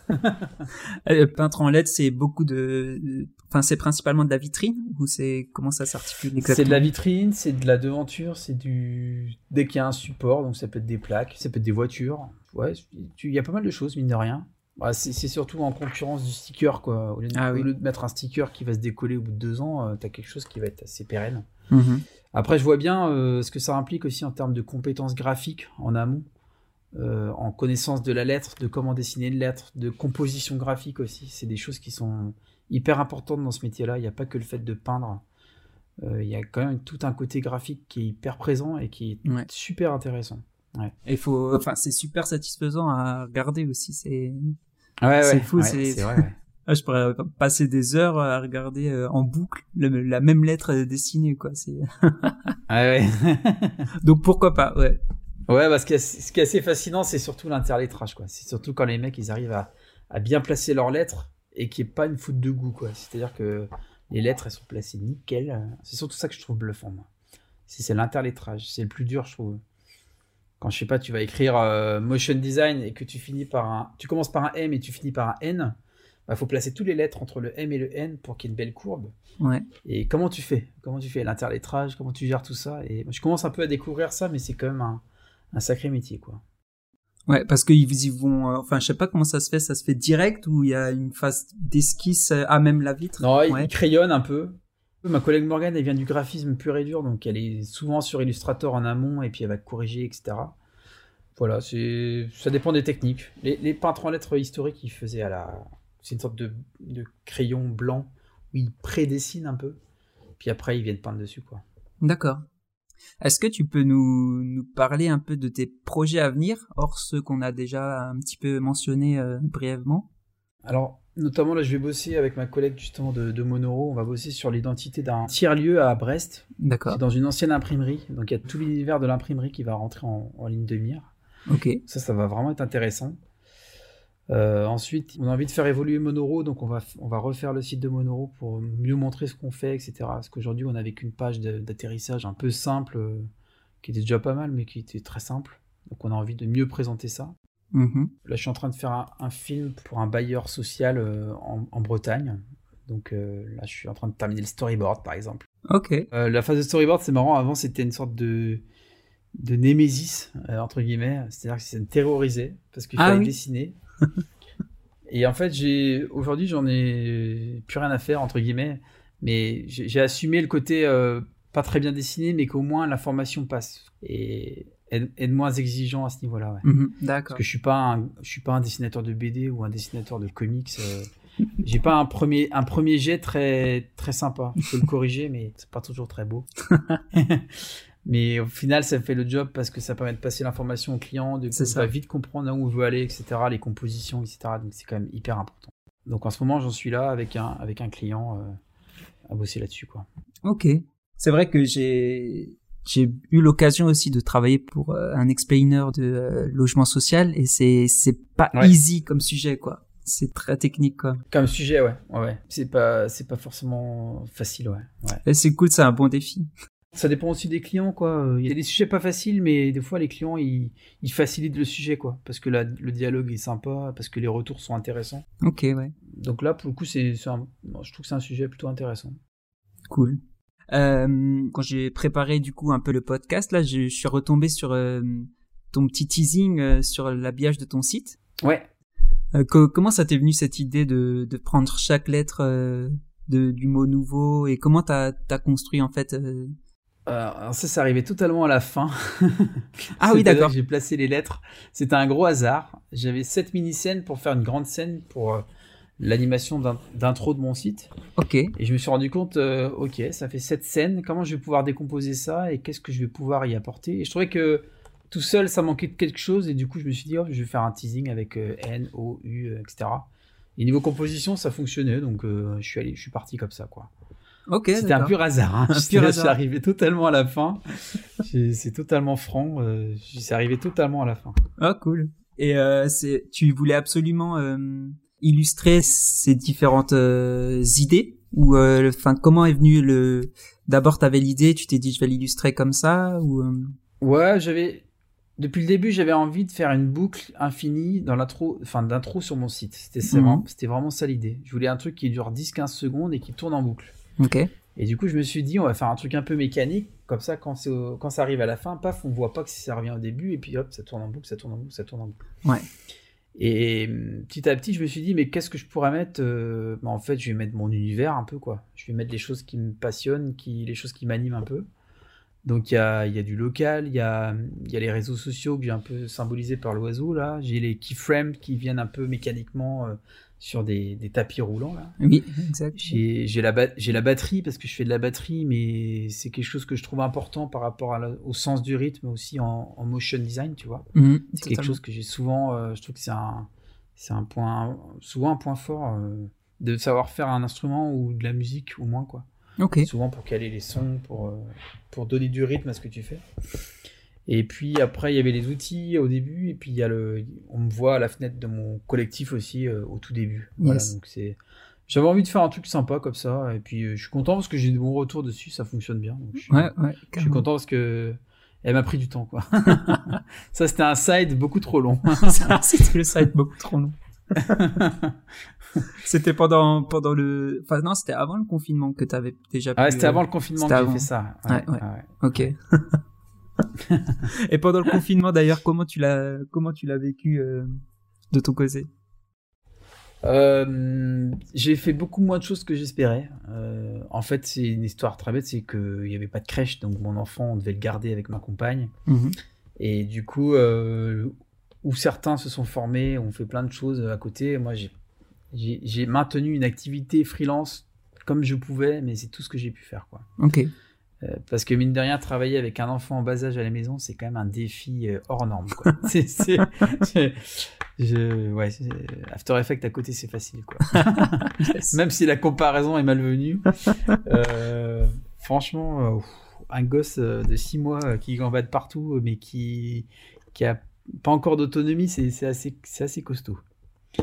euh, peintre en L E D, c'est beaucoup de... Enfin, c'est principalement de la vitrine ou c'est... Comment ça s'articule exactement ? C'est de la vitrine, c'est de la devanture, c'est du... Dès qu'il y a un support, donc ça peut être des plaques, ça peut être des voitures. Ouais, il y a pas mal de choses, mine de rien. Bah, c'est, c'est surtout en concurrence du sticker, quoi. Au lieu, de, ah, oui. au lieu de mettre un sticker qui va se décoller au bout de deux ans, euh, t'as quelque chose qui va être assez pérenne. Mm-hmm. Après, je vois bien euh, ce que ça implique aussi en termes de compétences graphiques en amont, euh, en connaissance de la lettre, de comment dessiner une lettre, de composition graphique aussi. C'est des choses qui sont hyper importantes dans ce métier-là. Il n'y a pas que le fait de peindre. Euh, il y a quand même tout un côté graphique qui est hyper présent et qui est ouais. super intéressant. Ouais. Et faut, enfin, c'est super satisfaisant à regarder aussi. C'est, ouais, c'est ouais, fou. Ouais, c'est... c'est vrai. Ouais. Je pourrais passer des heures à regarder euh, en boucle le, la même lettre dessinée, quoi. C'est... ah ouais. Donc pourquoi pas, ouais. Ouais, bah, ce, qui est, ce qui est assez fascinant, c'est surtout l'interlettrage, quoi. C'est surtout quand les mecs, ils arrivent à, à bien placer leurs lettres et qu'il n'y ait pas une faute de goût, quoi. C'est-à-dire que les lettres, elles sont placées nickel. C'est surtout ça que je trouve bluffant, moi. C'est, c'est l'interlettrage. C'est le plus dur, je trouve. Quand, je sais pas, tu vas écrire euh, motion design et que tu finis par un... Tu commences par un M et tu finis par un N... Bah, faut placer toutes les lettres entre le M et le N pour qu'il y ait une belle courbe. Ouais. Et comment tu fais Comment tu fais l'interlettrage Comment tu gères tout ça? Et je commence un peu à découvrir ça, mais c'est quand même un, un sacré métier, quoi. Ouais, parce qu'ils y vont. Euh, enfin, je sais pas comment ça se fait. Ça se fait direct ou il y a une phase d'esquisse à même la vitre? Non, ouais. il crayonne un peu. Ma collègue Morgane, elle vient du graphisme pur et dur, donc elle est souvent sur Illustrator en amont et puis elle va corriger, et cetera. Voilà, c'est ça dépend des techniques. Les, les peintres en lettres historiques, ils faisaient à la C'est une sorte de, de crayon blanc où ils prédessinent un peu. Puis après, ils viennent peindre dessus, quoi. D'accord. Est-ce que tu peux nous, nous parler un peu de tes projets à venir, hors ceux qu'on a déjà un petit peu mentionnés euh, brièvement? Alors, notamment, là, je vais bosser avec ma collègue, justement, de, de Monoro. On va bosser sur l'identité d'un tiers-lieu à Brest. D'accord. C'est dans une ancienne imprimerie. Donc, il y a tout l'univers de l'imprimerie qui va rentrer en, en ligne de mire. Ok. Ça, ça va vraiment être intéressant. Euh, ensuite, on a envie de faire évoluer Monoro, donc on va, on va refaire le site de Monoro pour mieux montrer ce qu'on fait, et cetera. Parce qu'aujourd'hui, on avait qu'une page de, d'atterrissage un peu simple, euh, qui était déjà pas mal, mais qui était très simple. Donc on a envie de mieux présenter ça. Mm-hmm. Là, je suis en train de faire un, un film pour un bailleur social euh, en, en Bretagne. Donc euh, là, je suis en train de terminer le storyboard, par exemple. Ok. Euh, la phase de storyboard, c'est marrant. Avant, c'était une sorte de, de némésis, euh, entre guillemets. C'est-à-dire que ça me terrorisait parce qu'il Ah fallait oui. dessiner. Et en fait, j'ai aujourd'hui, j'en ai plus rien à faire, entre guillemets. Mais j'ai, j'ai assumé le côté euh, pas très bien dessiné, mais qu'au moins l'information passe. Et être, être moins exigeant à ce niveau-là. Ouais. Mm-hmm. D'accord. Parce que je suis pas un, je suis pas un dessinateur de B D ou un dessinateur de comics. Euh, j'ai pas un premier, un premier jet très, très sympa. Je peux le corriger, mais c'est pas toujours très beau. Mais au final, ça fait le job parce que ça permet de passer l'information au client, de C'est on ça. va vite comprendre là où on veut aller, et cetera, les compositions, et cetera. Donc c'est quand même hyper important. Donc en ce moment, j'en suis là avec un, avec un client euh, à bosser là-dessus, quoi. Ok. C'est vrai que j'ai j'ai eu l'occasion aussi de travailler pour euh, un explainer de euh, logement social et c'est c'est pas Ouais. easy comme sujet quoi. C'est très technique quoi. Comme sujet, ouais, ouais, ouais. C'est pas, c'est pas forcément facile, ouais. ouais. Et c'est cool, c'est un bon défi. Ça dépend aussi des clients, quoi. Il y a des sujets pas faciles, mais des fois les clients ils, ils facilitent le sujet, quoi, parce que la, le dialogue est sympa, parce que les retours sont intéressants. Ok, ouais. Donc là, pour le coup, c'est, c'est un, je trouve que c'est un sujet plutôt intéressant. Cool. Euh, quand j'ai préparé du coup un peu le podcast, là, je, je suis retombé sur euh, ton petit teasing euh, sur l'habillage de ton site. Ouais. Euh, que, comment ça t'est venu cette idée de, de prendre chaque lettre euh, de, du mot nouveau et comment t'as, t'as construit en fait euh... Euh, alors ça, ça arrivait totalement à la fin. Ah oui, d'accord. J'ai placé les lettres. C'était un gros hasard. J'avais sept mini-scènes pour faire une grande scène pour euh, l'animation d'un, d'intro de mon site. Ok. Et je me suis rendu compte, euh, ok, ça fait sept scènes. Comment je vais pouvoir décomposer ça et qu'est-ce que je vais pouvoir y apporter? Et je trouvais que tout seul, ça manquait de quelque chose. Et du coup, je me suis dit, oh, je vais faire un teasing avec euh, N, O, U, euh, et cetera. Et niveau composition, ça fonctionnait. Donc, euh, je suis allé, je suis parti comme ça, quoi. Ok, C'était d'accord. un pur hasard. Hein. Un je, pur je hasard. suis arrivé totalement à la fin. c'est, c'est totalement franc. Euh, c'est arrivé totalement à la fin. Ah, cool. Et euh, c'est, tu voulais absolument euh, illustrer ces différentes euh, idées ou euh, enfin comment est venu le d'abord t'avais l'idée, tu t'es dit je vais l'illustrer comme ça ou euh... Ouais, j'avais depuis le début, j'avais envie de faire une boucle infinie dans l'intro, enfin d'intro sur mon site. C'était c'est Mhm. vraiment, c'était vraiment ça l'idée. Je voulais un truc qui dure dix quinze secondes et qui tourne en boucle. Ok. Et du coup, je me suis dit, on va faire un truc un peu mécanique, comme ça, quand, c'est au- quand ça arrive à la fin, paf, on voit pas que ça revient au début, et puis hop, ça tourne en boucle, ça tourne en boucle, ça tourne en boucle. Ouais. Et hum, petit à petit, je me suis dit, mais qu'est-ce que je pourrais mettre euh, bah, en fait, je vais mettre mon univers un peu, quoi. Je vais mettre les choses qui me passionnent, qui, les choses qui m'animent un peu. Donc, il y a, il y a du local, il y a, il y a les réseaux sociaux que j'ai un peu symbolisés par l'oiseau, là. J'ai les keyframes qui viennent un peu mécaniquement euh, sur des, des tapis roulants, là. Oui, exact. J'ai, j'ai, la ba- j'ai la batterie parce que je fais de la batterie, mais c'est quelque chose que je trouve important par rapport à la- au sens du rythme aussi en, en motion design, tu vois. Mhm, C'est totalement. quelque chose que j'ai souvent, euh, je trouve que c'est un, c'est un point, souvent un point fort euh, de savoir faire un instrument ou de la musique au moins, quoi. Ok. Souvent pour caler les sons, pour, euh, pour donner du rythme à ce que tu fais. Et puis après, il y avait les outils au début, et puis il y a le, on me voit à la fenêtre de mon collectif aussi euh, au tout début. Voilà, Yes. donc c'est, j'avais envie de faire un truc sympa comme ça, et puis euh, je suis content parce que j'ai de bons retours dessus, ça fonctionne bien. Donc je, suis, Ouais, ouais. je suis carrément. content parce que elle m'a pris du temps, quoi. Ça, c'était un side beaucoup trop long. Ça, c'était le site beaucoup trop long. C'était pendant pendant le, enfin non, c'était avant le confinement que t'avais déjà pu. Ah ouais, c'était euh, avant le confinement c'était que j'ai avant. fait ça. Ouais, ouais. ouais. Ok. Et pendant le confinement d'ailleurs, comment tu l'as comment tu l'as vécu euh, de ton côté? Euh, j'ai fait beaucoup moins de choses que j'espérais. Euh, en fait, c'est une histoire très bête, c'est qu'il n'y avait pas de crèche, donc mon enfant, on devait le garder avec ma compagne. Mhm. Et du coup, euh, où certains se sont formés, ont fait plein de choses à côté. Moi, j'ai, j'ai, j'ai maintenu une activité freelance comme je pouvais, mais c'est tout ce que j'ai pu faire, quoi. Ok. Euh, parce que mine de rien, travailler avec un enfant en bas âge à la maison, c'est quand même un défi euh, hors norme, quoi. c'est, c'est, je, je- ouais, c'est- After Effects à côté, c'est facile, quoi. Yes. Même si la comparaison est malvenue. Euh, franchement, euh, ouf, un gosse euh, de six mois euh, qui gambade partout, euh, mais qui, qui a pas encore d'autonomie, c'est, c'est, assez, c'est assez costaud.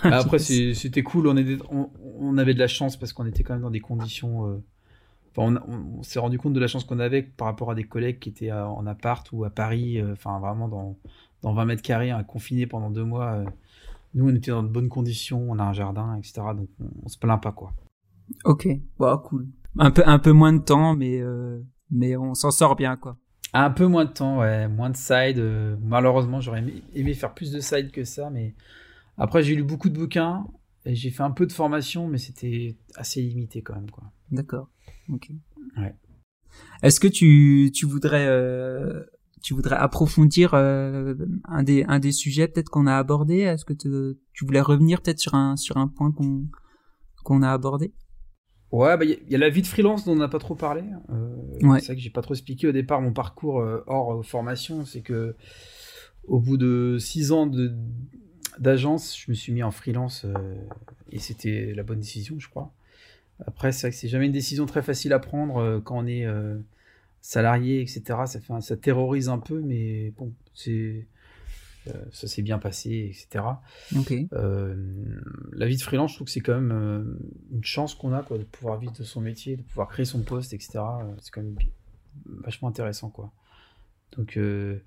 Après, c'est, c'était cool. On, était, on, on avait de la chance parce qu'on était quand même dans des conditions. Euh, enfin, on, on, on s'est rendu compte de la chance qu'on avait par rapport à des collègues qui étaient à, en appart ou à Paris, euh, enfin vraiment dans, dans vingt mètres carrés, hein, confinés pendant deux mois. Euh, nous, on était dans de bonnes conditions. On a un jardin, et cetera. Donc, on, on se plaint pas, quoi. Ok, wow, cool. Un peu, un peu moins de temps, mais, euh, mais on s'en sort bien, quoi. Un peu moins de temps, ouais, moins de side. Euh, malheureusement, j'aurais aimé, aimé faire plus de side que ça, mais après, j'ai lu beaucoup de bouquins et j'ai fait un peu de formation, mais c'était assez limité quand même, quoi. D'accord. Ok. Ouais. Est-ce que tu, tu voudrais, euh, tu voudrais approfondir euh, un des, un des sujets peut-être qu'on a abordé? Est-ce que te, tu voulais revenir peut-être sur un, sur un point qu'on, qu'on a abordé? Ouais, bah il y, y a la vie de freelance dont on n'a pas trop parlé. Euh, Ouais. C'est vrai que j'ai pas trop expliqué au départ mon parcours euh, hors euh, formation. C'est que au bout de six ans de d'agence, je me suis mis en freelance euh, et c'était la bonne décision, je crois. Après, c'est vrai que c'est jamais une décision très facile à prendre euh, quand on est euh, salarié, et cetera. Ça fait un- ça terrorise un peu, mais bon, c'est euh, ça s'est bien passé, et cetera. Ok. Euh, la vie de freelance, je trouve que c'est quand même euh, une chance qu'on a, quoi, de pouvoir vivre de son métier, de pouvoir créer son poste, et cetera. Euh, C'est quand même bi- vachement intéressant, quoi. Donc, euh,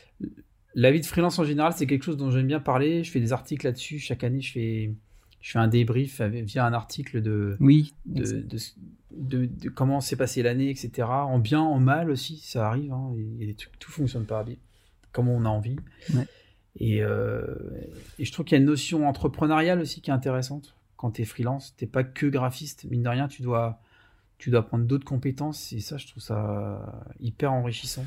la vie de freelance en général, c'est quelque chose dont j'aime bien parler. Je fais des articles là-dessus. Chaque année, je fais, je fais un débrief avec- via un article de, Oui. de, de, de- de comment s'est passée l'année, et cetera. En bien, en mal aussi, ça arrive. Hein. Il y a des trucs, tout fonctionne pas bien, comme on a envie. Ouais. Et, euh, et je trouve qu'il y a une notion entrepreneuriale aussi qui est intéressante. Quand tu es freelance, tu n'es pas que graphiste. Mine de rien, tu dois, tu dois prendre d'autres compétences. Et ça, je trouve ça hyper enrichissant.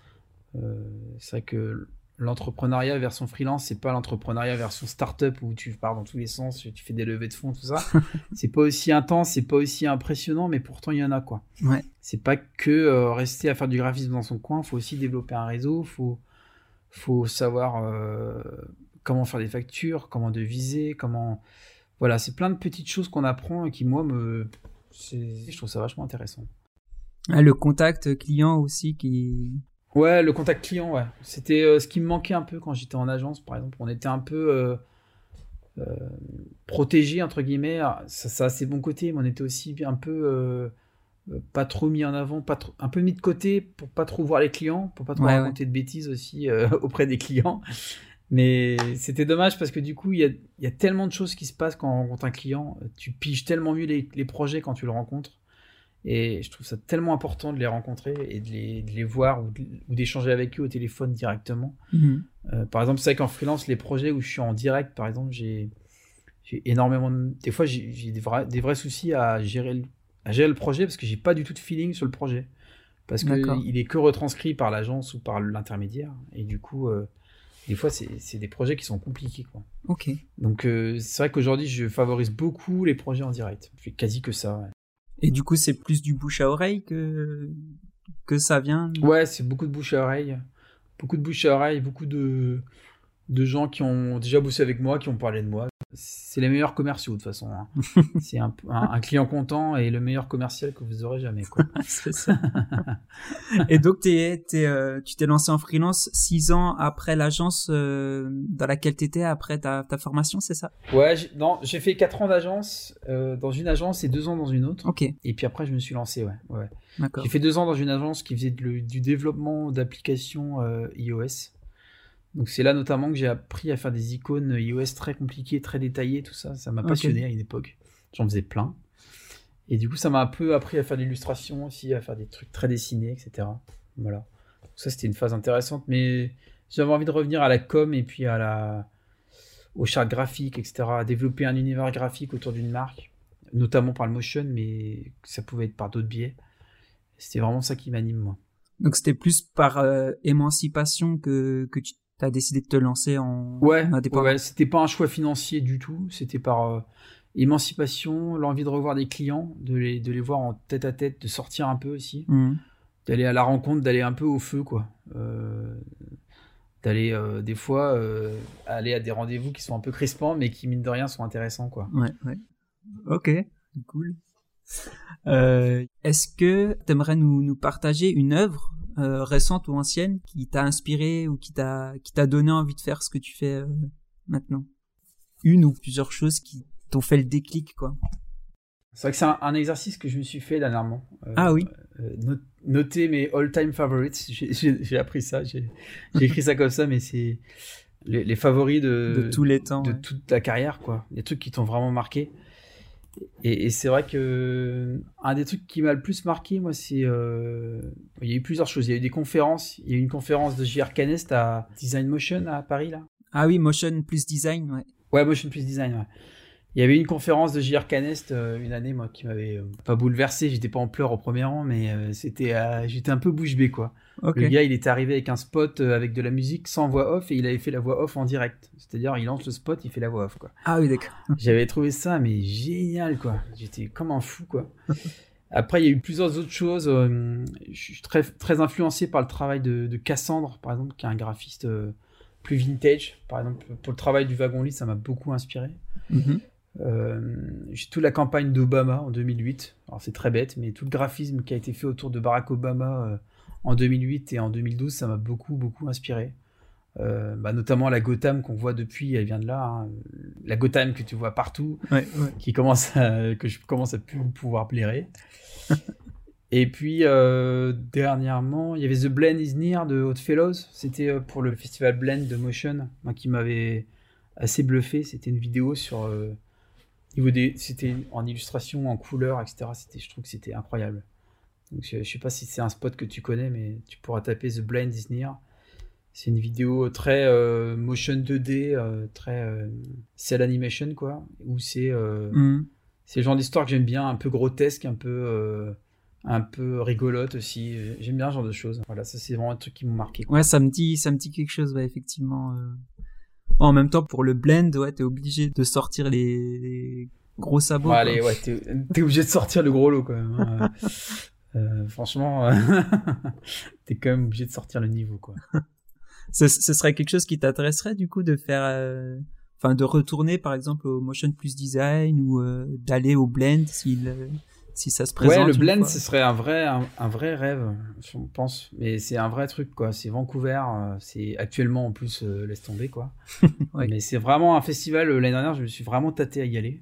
Euh, c'est vrai que l'entrepreneuriat version freelance, c'est pas l'entrepreneuriat version start-up où tu pars dans tous les sens, tu fais des levées de fonds, tout ça. C'est pas aussi intense, c'est pas aussi impressionnant, mais pourtant il y en a, quoi. Ouais. C'est pas que euh, rester à faire du graphisme dans son coin, faut aussi développer un réseau, faut, faut savoir euh, comment faire des factures, comment deviser, comment. Voilà, c'est plein de petites choses qu'on apprend et qui, moi, me. C'est... Je trouve ça vachement intéressant. Ah, le contact client aussi qui. Ouais, le contact client, ouais. C'était euh, ce qui me manquait un peu quand j'étais en agence, par exemple. On était un peu euh, euh, protégé, entre guillemets. Ça, ça a ses bons côtés, mais on était aussi un peu euh, pas trop mis en avant, pas trop, un peu mis de côté pour pas trop voir les clients, pour pas trop Ouais, raconter de bêtises aussi euh, auprès des clients. Mais c'était dommage parce que du coup, il y a, il y a tellement de choses qui se passent quand on rencontre un client. Tu piges tellement mieux les, les projets quand tu le rencontres. Et je trouve ça tellement important de les rencontrer et de les, de les voir ou, de- ou d'échanger avec eux au téléphone directement. Mhm. Euh, par exemple, c'est vrai qu'en freelance, les projets où je suis en direct, par exemple, j'ai, j'ai énormément de... Des fois, j'ai, j'ai des, vrais, des vrais soucis à gérer, le, à gérer le projet parce que j'ai pas du tout de feeling sur le projet. Parce D'accord. qu'il est que retranscrit par l'agence ou par l'intermédiaire. Et du coup, euh, des fois, c'est, c'est des projets qui sont compliqués, quoi. Ok. Donc, euh, c'est vrai qu'aujourd'hui, je favorise beaucoup les projets en direct. Je fais quasi que ça, ouais. Et du coup, c'est plus du bouche à oreille que que ça vient. Ouais, c'est beaucoup de bouche à oreille. Beaucoup de bouche à oreille, beaucoup de, de gens qui ont déjà bossé avec moi, qui ont parlé de moi. C'est les meilleurs commerciaux, de toute façon. Hein. C'est un, un, un client content et le meilleur commercial que vous aurez jamais, quoi. C'est ça. Et donc, t'es, t'es, euh, tu t'es lancé en freelance six ans après l'agence euh, dans laquelle t'étais après ta, ta formation, c'est ça? Ouais, j'ai, non, j'ai fait quatre ans d'agence euh, dans une agence et deux ans dans une autre. Ok, Et puis après, je me suis lancé, ouais. ouais. d'accord. J'ai fait deux ans dans une agence qui faisait de- du développement d'applications euh, iOS. Donc c'est là notamment que j'ai appris à faire des icônes iOS très compliquées, très détaillées, tout ça. Ça m'a Ok. passionné à une époque. J'en faisais plein. Et du coup, ça m'a un peu appris à faire de l'illustration aussi, à faire des trucs très dessinés, et cetera. Voilà. Donc ça, c'était une phase intéressante. Mais j'avais envie de revenir à la com et puis à la... aux chartes graphiques, et cetera. À développer un univers graphique autour d'une marque, notamment par le motion, mais ça pouvait être par d'autres biais. C'était vraiment ça qui m'anime, moi. Donc, c'était plus par euh, émancipation que que tu as décidé de te lancer en, Ouais, en ouais, indépendant. ouais, c'était pas un choix financier du tout, c'était par euh, émancipation, l'envie de revoir des clients, de les, de les voir en tête à tête, de sortir un peu aussi, Mhm. d'aller à la rencontre, d'aller un peu au feu, quoi. Euh, d'aller euh, des fois euh, aller à des rendez-vous qui sont un peu crispants, mais qui, mine de rien, sont intéressants, quoi. Ouais, ouais. Ok, cool. Euh, est-ce que tu aimerais nous, nous partager une œuvre euh, récente ou ancienne qui t'a inspiré ou qui t'a qui t'a donné envie de faire ce que tu fais euh, maintenant? une ou plusieurs choses qui t'ont fait le déclic, quoi. C'est vrai que c'est un, un exercice que je me suis fait dernièrement. Euh, ah oui. Euh, not, noter mes all-time favorites. J'ai, j'ai, j'ai appris ça. J'ai, j'ai écrit ça comme ça, mais c'est les, les favoris de, de tous les temps, de ouais. toute la carrière, quoi. Les trucs qui t'ont vraiment marqué. Et, et c'est vrai que un des trucs qui m'a le plus marqué, moi, c'est euh, il y a eu plusieurs choses. Il y a eu des conférences. Il y a eu une conférence de J R Canest à Design Motion à Paris là. Ah oui, Motion plus Design, ouais. Ouais, Motion plus Design, ouais. Il y avait une conférence de J R Canest euh, une année, moi, qui m'avait euh, pas bouleversé. J'étais pas en pleurs au premier rang, mais euh, c'était, euh, j'étais un peu bouche bée, quoi. Okay. Le gars, il était arrivé avec un spot euh, avec de la musique sans voix off et il avait fait la voix off en direct. C'est-à-dire, il lance le spot, il fait la voix off, quoi. Ah oui, d'accord. J'avais trouvé ça, mais génial, quoi. J'étais comme un fou, quoi. Après, il y a eu plusieurs autres choses. Euh, je suis très, très influencé par le travail de, de Cassandre, par exemple, qui est un graphiste euh, plus vintage. Par exemple, pour le travail du wagon-lit, ça m'a beaucoup inspiré. Mm-hmm. Euh, j'ai toute la campagne d'Obama en deux mille huit. Alors c'est très bête, mais tout le graphisme qui a été fait autour de Barack Obama euh, en deux mille huit et en deux mille douze, ça m'a beaucoup beaucoup inspiré. Euh, bah, notamment la Gotham qu'on voit depuis, elle vient de là. Hein. La Gotham que tu vois partout, ouais, ouais. qui commence à, que je commence à plus pouvoir blairer. Et puis euh, dernièrement, il y avait The Blend is Near de Oddfellows. C'était pour le festival Blend de Motion, moi, qui m'avait assez bluffé. C'était une vidéo sur euh, Des, c'était en illustration, en couleur, et cetera. C'était, je trouve que c'était incroyable. Donc, je ne sais pas si c'est un spot que tu connais, mais tu pourras taper The Blind is Near. C'est une vidéo très euh, motion deux D, euh, très euh, cell animation, quoi. Où c'est, euh, mm. c'est le genre d'histoire que j'aime bien, un peu grotesque, un peu, euh, un peu rigolote aussi. J'aime bien ce genre de choses. Voilà, ça c'est vraiment un truc qui m'ont marqué, quoi. Ouais, ça me dit, ça me dit quelque chose, ouais, effectivement. Euh... En même temps, pour le blend, ouais, t'es obligé de sortir les, les gros sabots. Ouais, allez, ouais, t'es, t'es obligé de sortir le gros lot quand même. Hein. euh, franchement, euh, t'es quand même obligé de sortir le niveau, quoi. ce, ce serait quelque chose qui t'intéresserait du coup de faire, euh, enfin, de retourner par exemple au Motion plus Design ou euh, d'aller au blend s'il. Euh... si ça se présente. Ouais, le blend, ce serait un vrai, un, un vrai rêve, je pense. Mais c'est un vrai truc, quoi. C'est Vancouver, euh, c'est actuellement en plus, euh, laisse tomber, quoi. Ouais. Mais c'est vraiment un festival. L'année dernière, je me suis vraiment tâté à y aller.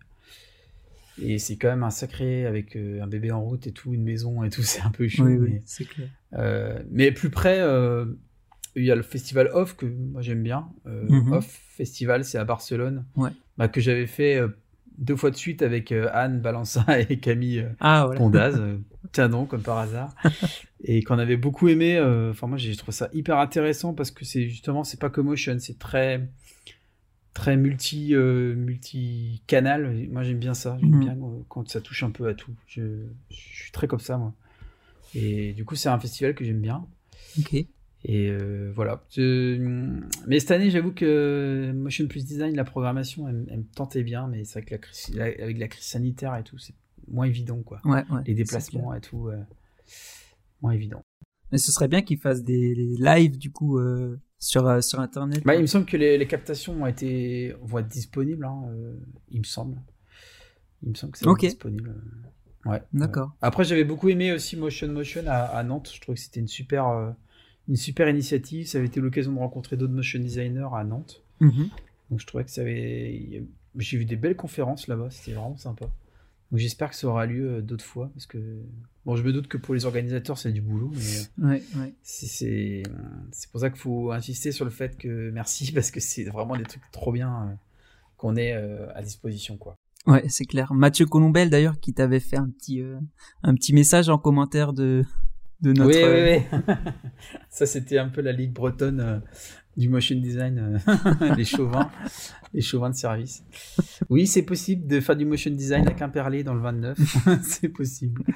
Et c'est quand même un sacré, avec euh, un bébé en route et tout, une maison et tout, c'est un peu chaud. Oui, mais, oui, c'est clair. Euh, mais plus près, euh, il y a le festival Off, que moi j'aime bien. Euh, mm-hmm. Off Festival, c'est à Barcelone. Ouais. Bah, que j'avais fait. Euh, deux fois de suite avec euh, Anne Balança et Camille euh, ah, voilà. Pondaz, euh, tiens donc, comme par hasard, et qu'on avait beaucoup aimé. Enfin, euh, moi, j'ai trouvé ça hyper intéressant parce que c'est justement, c'est pas que motion, c'est très, très multi, euh, multi-canal. Moi, j'aime bien ça. J'aime mmh. bien euh, quand ça touche un peu à tout. Je, je suis très comme ça, moi. Et du coup, c'est un festival que j'aime bien. Ok. Et euh, voilà. Je... Mais cette année, j'avoue que Motion plus Design, la programmation, elle, elle me tentait bien, mais c'est vrai que la crise, la, avec la crise sanitaire et tout, c'est moins évident, quoi. Ouais, ouais, les déplacements et tout, euh, moins évident. Mais ce serait bien qu'ils fassent des les lives, du coup, euh, sur, euh, sur Internet. Bah, il me semble que les, les captations ont été, vont être disponibles, hein, euh, il me semble. Il me semble que ça va okay. être disponible. Ouais. D'accord. Ouais. Après, j'avais beaucoup aimé aussi Motion Motion à, à Nantes. Je trouve que c'était une super... Euh, une super initiative, ça avait été l'occasion de rencontrer d'autres motion designers à Nantes. Mm-hmm. Donc je trouvais que ça avait... J'ai vu des belles conférences là-bas, c'était vraiment sympa. Donc j'espère que ça aura lieu d'autres fois, parce que... Bon, je me doute que pour les organisateurs, c'est du boulot, mais... Ouais, ouais. C'est, c'est... c'est pour ça qu'il faut insister sur le fait que merci, parce que c'est vraiment des trucs trop bien euh, qu'on ait euh, à disposition, quoi. Ouais, c'est clair. Mathieu Colombel, d'ailleurs, qui t'avait fait un petit, euh, un petit message en commentaire de... de notre... Oui, oui, oui. Ça, c'était un peu la ligue bretonne euh, du motion design, euh, les chauvins, les chauvins de service. Oui, c'est possible de faire du motion design à Quimperlé dans le vingt-neuf. C'est possible.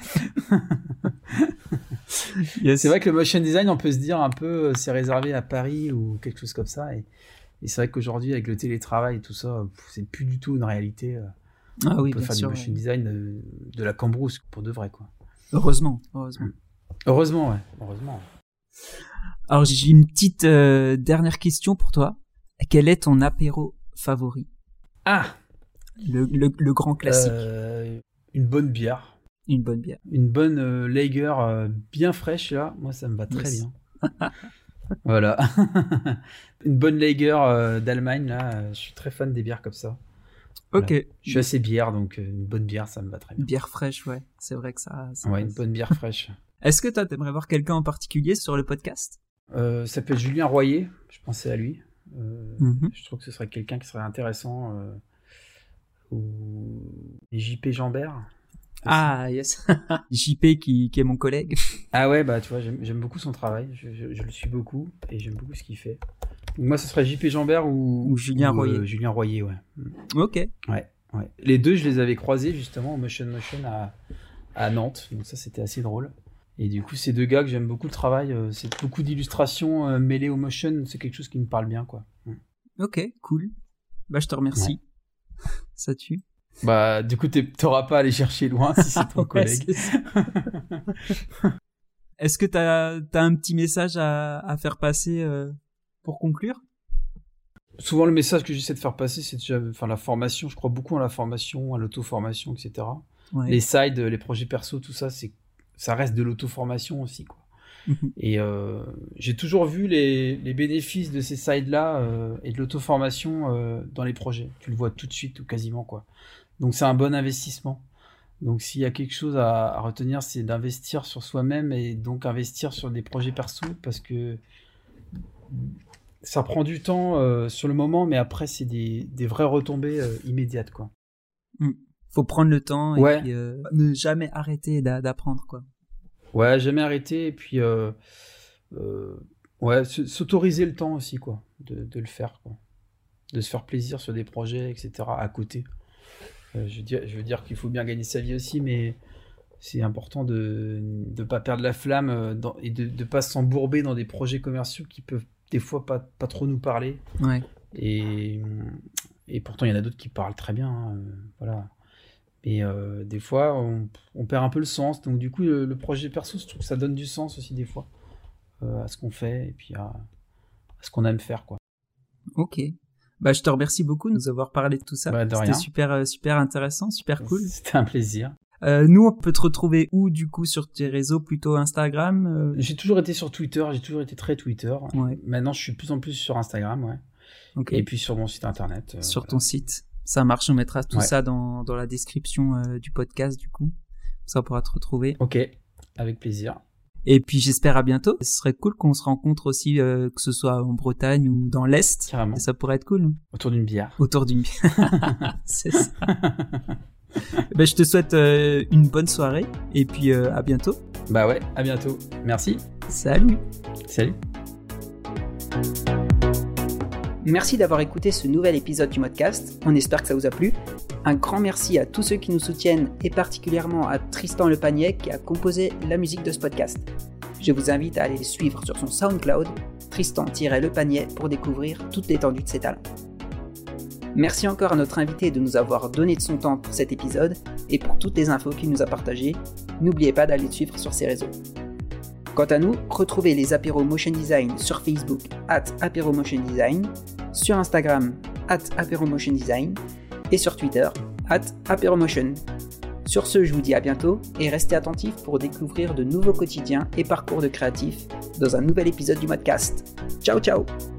Yes. C'est vrai que le motion design, on peut se dire un peu, c'est réservé à Paris ou quelque chose comme ça. Et, et c'est vrai qu'aujourd'hui, avec le télétravail et tout ça, c'est plus du tout une réalité. Euh, ah on oui, peut bien faire sûr, du motion ouais. design de, de la Cambrousse pour de vrai, quoi. Heureusement, heureusement. Mmh. Heureusement, ouais. Heureusement. Alors, j'ai une petite euh, dernière question pour toi. Quel est ton apéro favori ? Ah ! Le, le, le grand classique. Euh, une bonne bière. Une bonne bière. Une bonne euh, lager euh, bien fraîche, là. Moi, ça me va très yes. bien. Voilà. Une bonne lager euh, d'Allemagne, là. Je suis très fan des bières comme ça. Ok. Voilà. Je suis assez bière, donc une bonne bière, ça me va très bien. Une bière fraîche, ouais. C'est vrai que ça... ça ouais, passe. Une bonne bière fraîche. Est-ce que toi, t'aimerais voir quelqu'un en particulier sur le podcast? euh, Ça peut être Julien Royer, je pensais à lui. Euh, mm-hmm. Je trouve que ce serait quelqu'un qui serait intéressant. Euh, ou J P Jambert. Aussi. Ah, yes. J P qui, qui est mon collègue. Ah ouais, bah tu vois, j'aime, j'aime beaucoup son travail. Je, je, je le suis beaucoup et j'aime beaucoup ce qu'il fait. Donc moi, ce serait J P Jambert ou, ou Julien ou, Royer. Euh, Julien Royer, ouais. Ok. Ouais, ouais. Les deux, je les avais croisés justement au Motion Motion à, à Nantes. Donc ça, c'était assez drôle. Et du coup, ces deux gars que j'aime beaucoup le travail, euh, c'est beaucoup d'illustrations euh, mêlées au motion. C'est quelque chose qui me parle bien, quoi. Ok, cool. Bah, je te remercie. Ouais. Ça tue. Bah, du coup, t'auras pas à aller chercher loin si c'est ton ouais, collègue. C'est Est-ce que t'as as un petit message à, à faire passer euh, pour conclure? Souvent, le message que j'essaie de faire passer, c'est déjà, enfin, la formation. Je crois beaucoup en la formation, à l'auto-formation, et cetera. Ouais. Les sides, les projets perso, tout ça, c'est, ça reste de l'auto-formation aussi, quoi. Mm-hmm. Et euh, j'ai toujours vu les, les bénéfices de ces sides-là euh, et de l'auto-formation euh, dans les projets. Tu le vois tout de suite ou quasiment, quoi. Donc c'est un bon investissement. Donc s'il y a quelque chose à, à retenir, c'est d'investir sur soi-même et donc investir sur des projets perso parce que ça prend du temps euh, sur le moment, mais après c'est des, des vraies retombées euh, immédiates, quoi. Mm. Faut prendre le temps et ouais. puis, euh, ne jamais arrêter d'a- d'apprendre, quoi. Ouais, jamais arrêter et puis euh, euh, ouais, s'autoriser le temps aussi, quoi, de, de le faire, quoi. De se faire plaisir sur des projets, et cetera à côté. Euh, je, veux dire, je veux dire qu'il faut bien gagner sa vie aussi, mais c'est important de ne pas perdre la flamme dans, et de ne pas s'embourber dans des projets commerciaux qui peuvent des fois pas, pas trop nous parler. Ouais. Et, et pourtant, il y en a d'autres qui parlent très bien. Hein, euh, voilà. Et euh, des fois, on, on perd un peu le sens. Donc du coup, le, le projet perso, je trouve que ça donne du sens aussi des fois euh, à ce qu'on fait et puis à, à ce qu'on aime faire, quoi. Ok. Bah, je te remercie beaucoup de nous avoir parlé de tout ça. Bah, de C'était rien. super, super intéressant, super cool. C'était un plaisir. Euh, nous, on peut te retrouver où, du coup, sur tes réseaux, plutôt Instagram euh... J'ai toujours été sur Twitter, j'ai toujours été très Twitter. Ouais. Maintenant, je suis de plus en plus sur Instagram, ouais. Okay. Et puis sur mon site internet. Euh, sur voilà. Ton site. Ça marche, on mettra tout ouais. ça dans, dans la description euh, du podcast, du coup. Ça, on pourra te retrouver. Ok, avec plaisir. Et puis j'espère à bientôt. Ce serait cool qu'on se rencontre aussi, euh, que ce soit en Bretagne ou dans l'Est. Carrément. Et ça pourrait être cool. Autour d'une bière. Autour d'une bière. C'est ça. Ben, je te souhaite euh, une bonne soirée et puis euh, à bientôt. Bah ouais, à bientôt. Merci. Salut. Salut. Merci d'avoir écouté ce nouvel épisode du Modcast. On espère que ça vous a plu. Un grand merci à tous ceux qui nous soutiennent et particulièrement à Tristan Le Panier qui a composé la musique de ce podcast. Je vous invite à aller le suivre sur son SoundCloud, Tristan-Le Panier, pour découvrir toute l'étendue de ses talents. Merci encore à notre invité de nous avoir donné de son temps pour cet épisode et pour toutes les infos qu'il nous a partagées. N'oubliez pas d'aller le suivre sur ses réseaux. Quant à nous, retrouvez les apéros Motion Design sur Facebook arobase apéro motion design, sur Instagram arobase apéro motion design et sur Twitter arobase apéro motion. Sur ce, je vous dis à bientôt et restez attentifs pour découvrir de nouveaux quotidiens et parcours de créatifs dans un nouvel épisode du Modcast. Ciao ciao.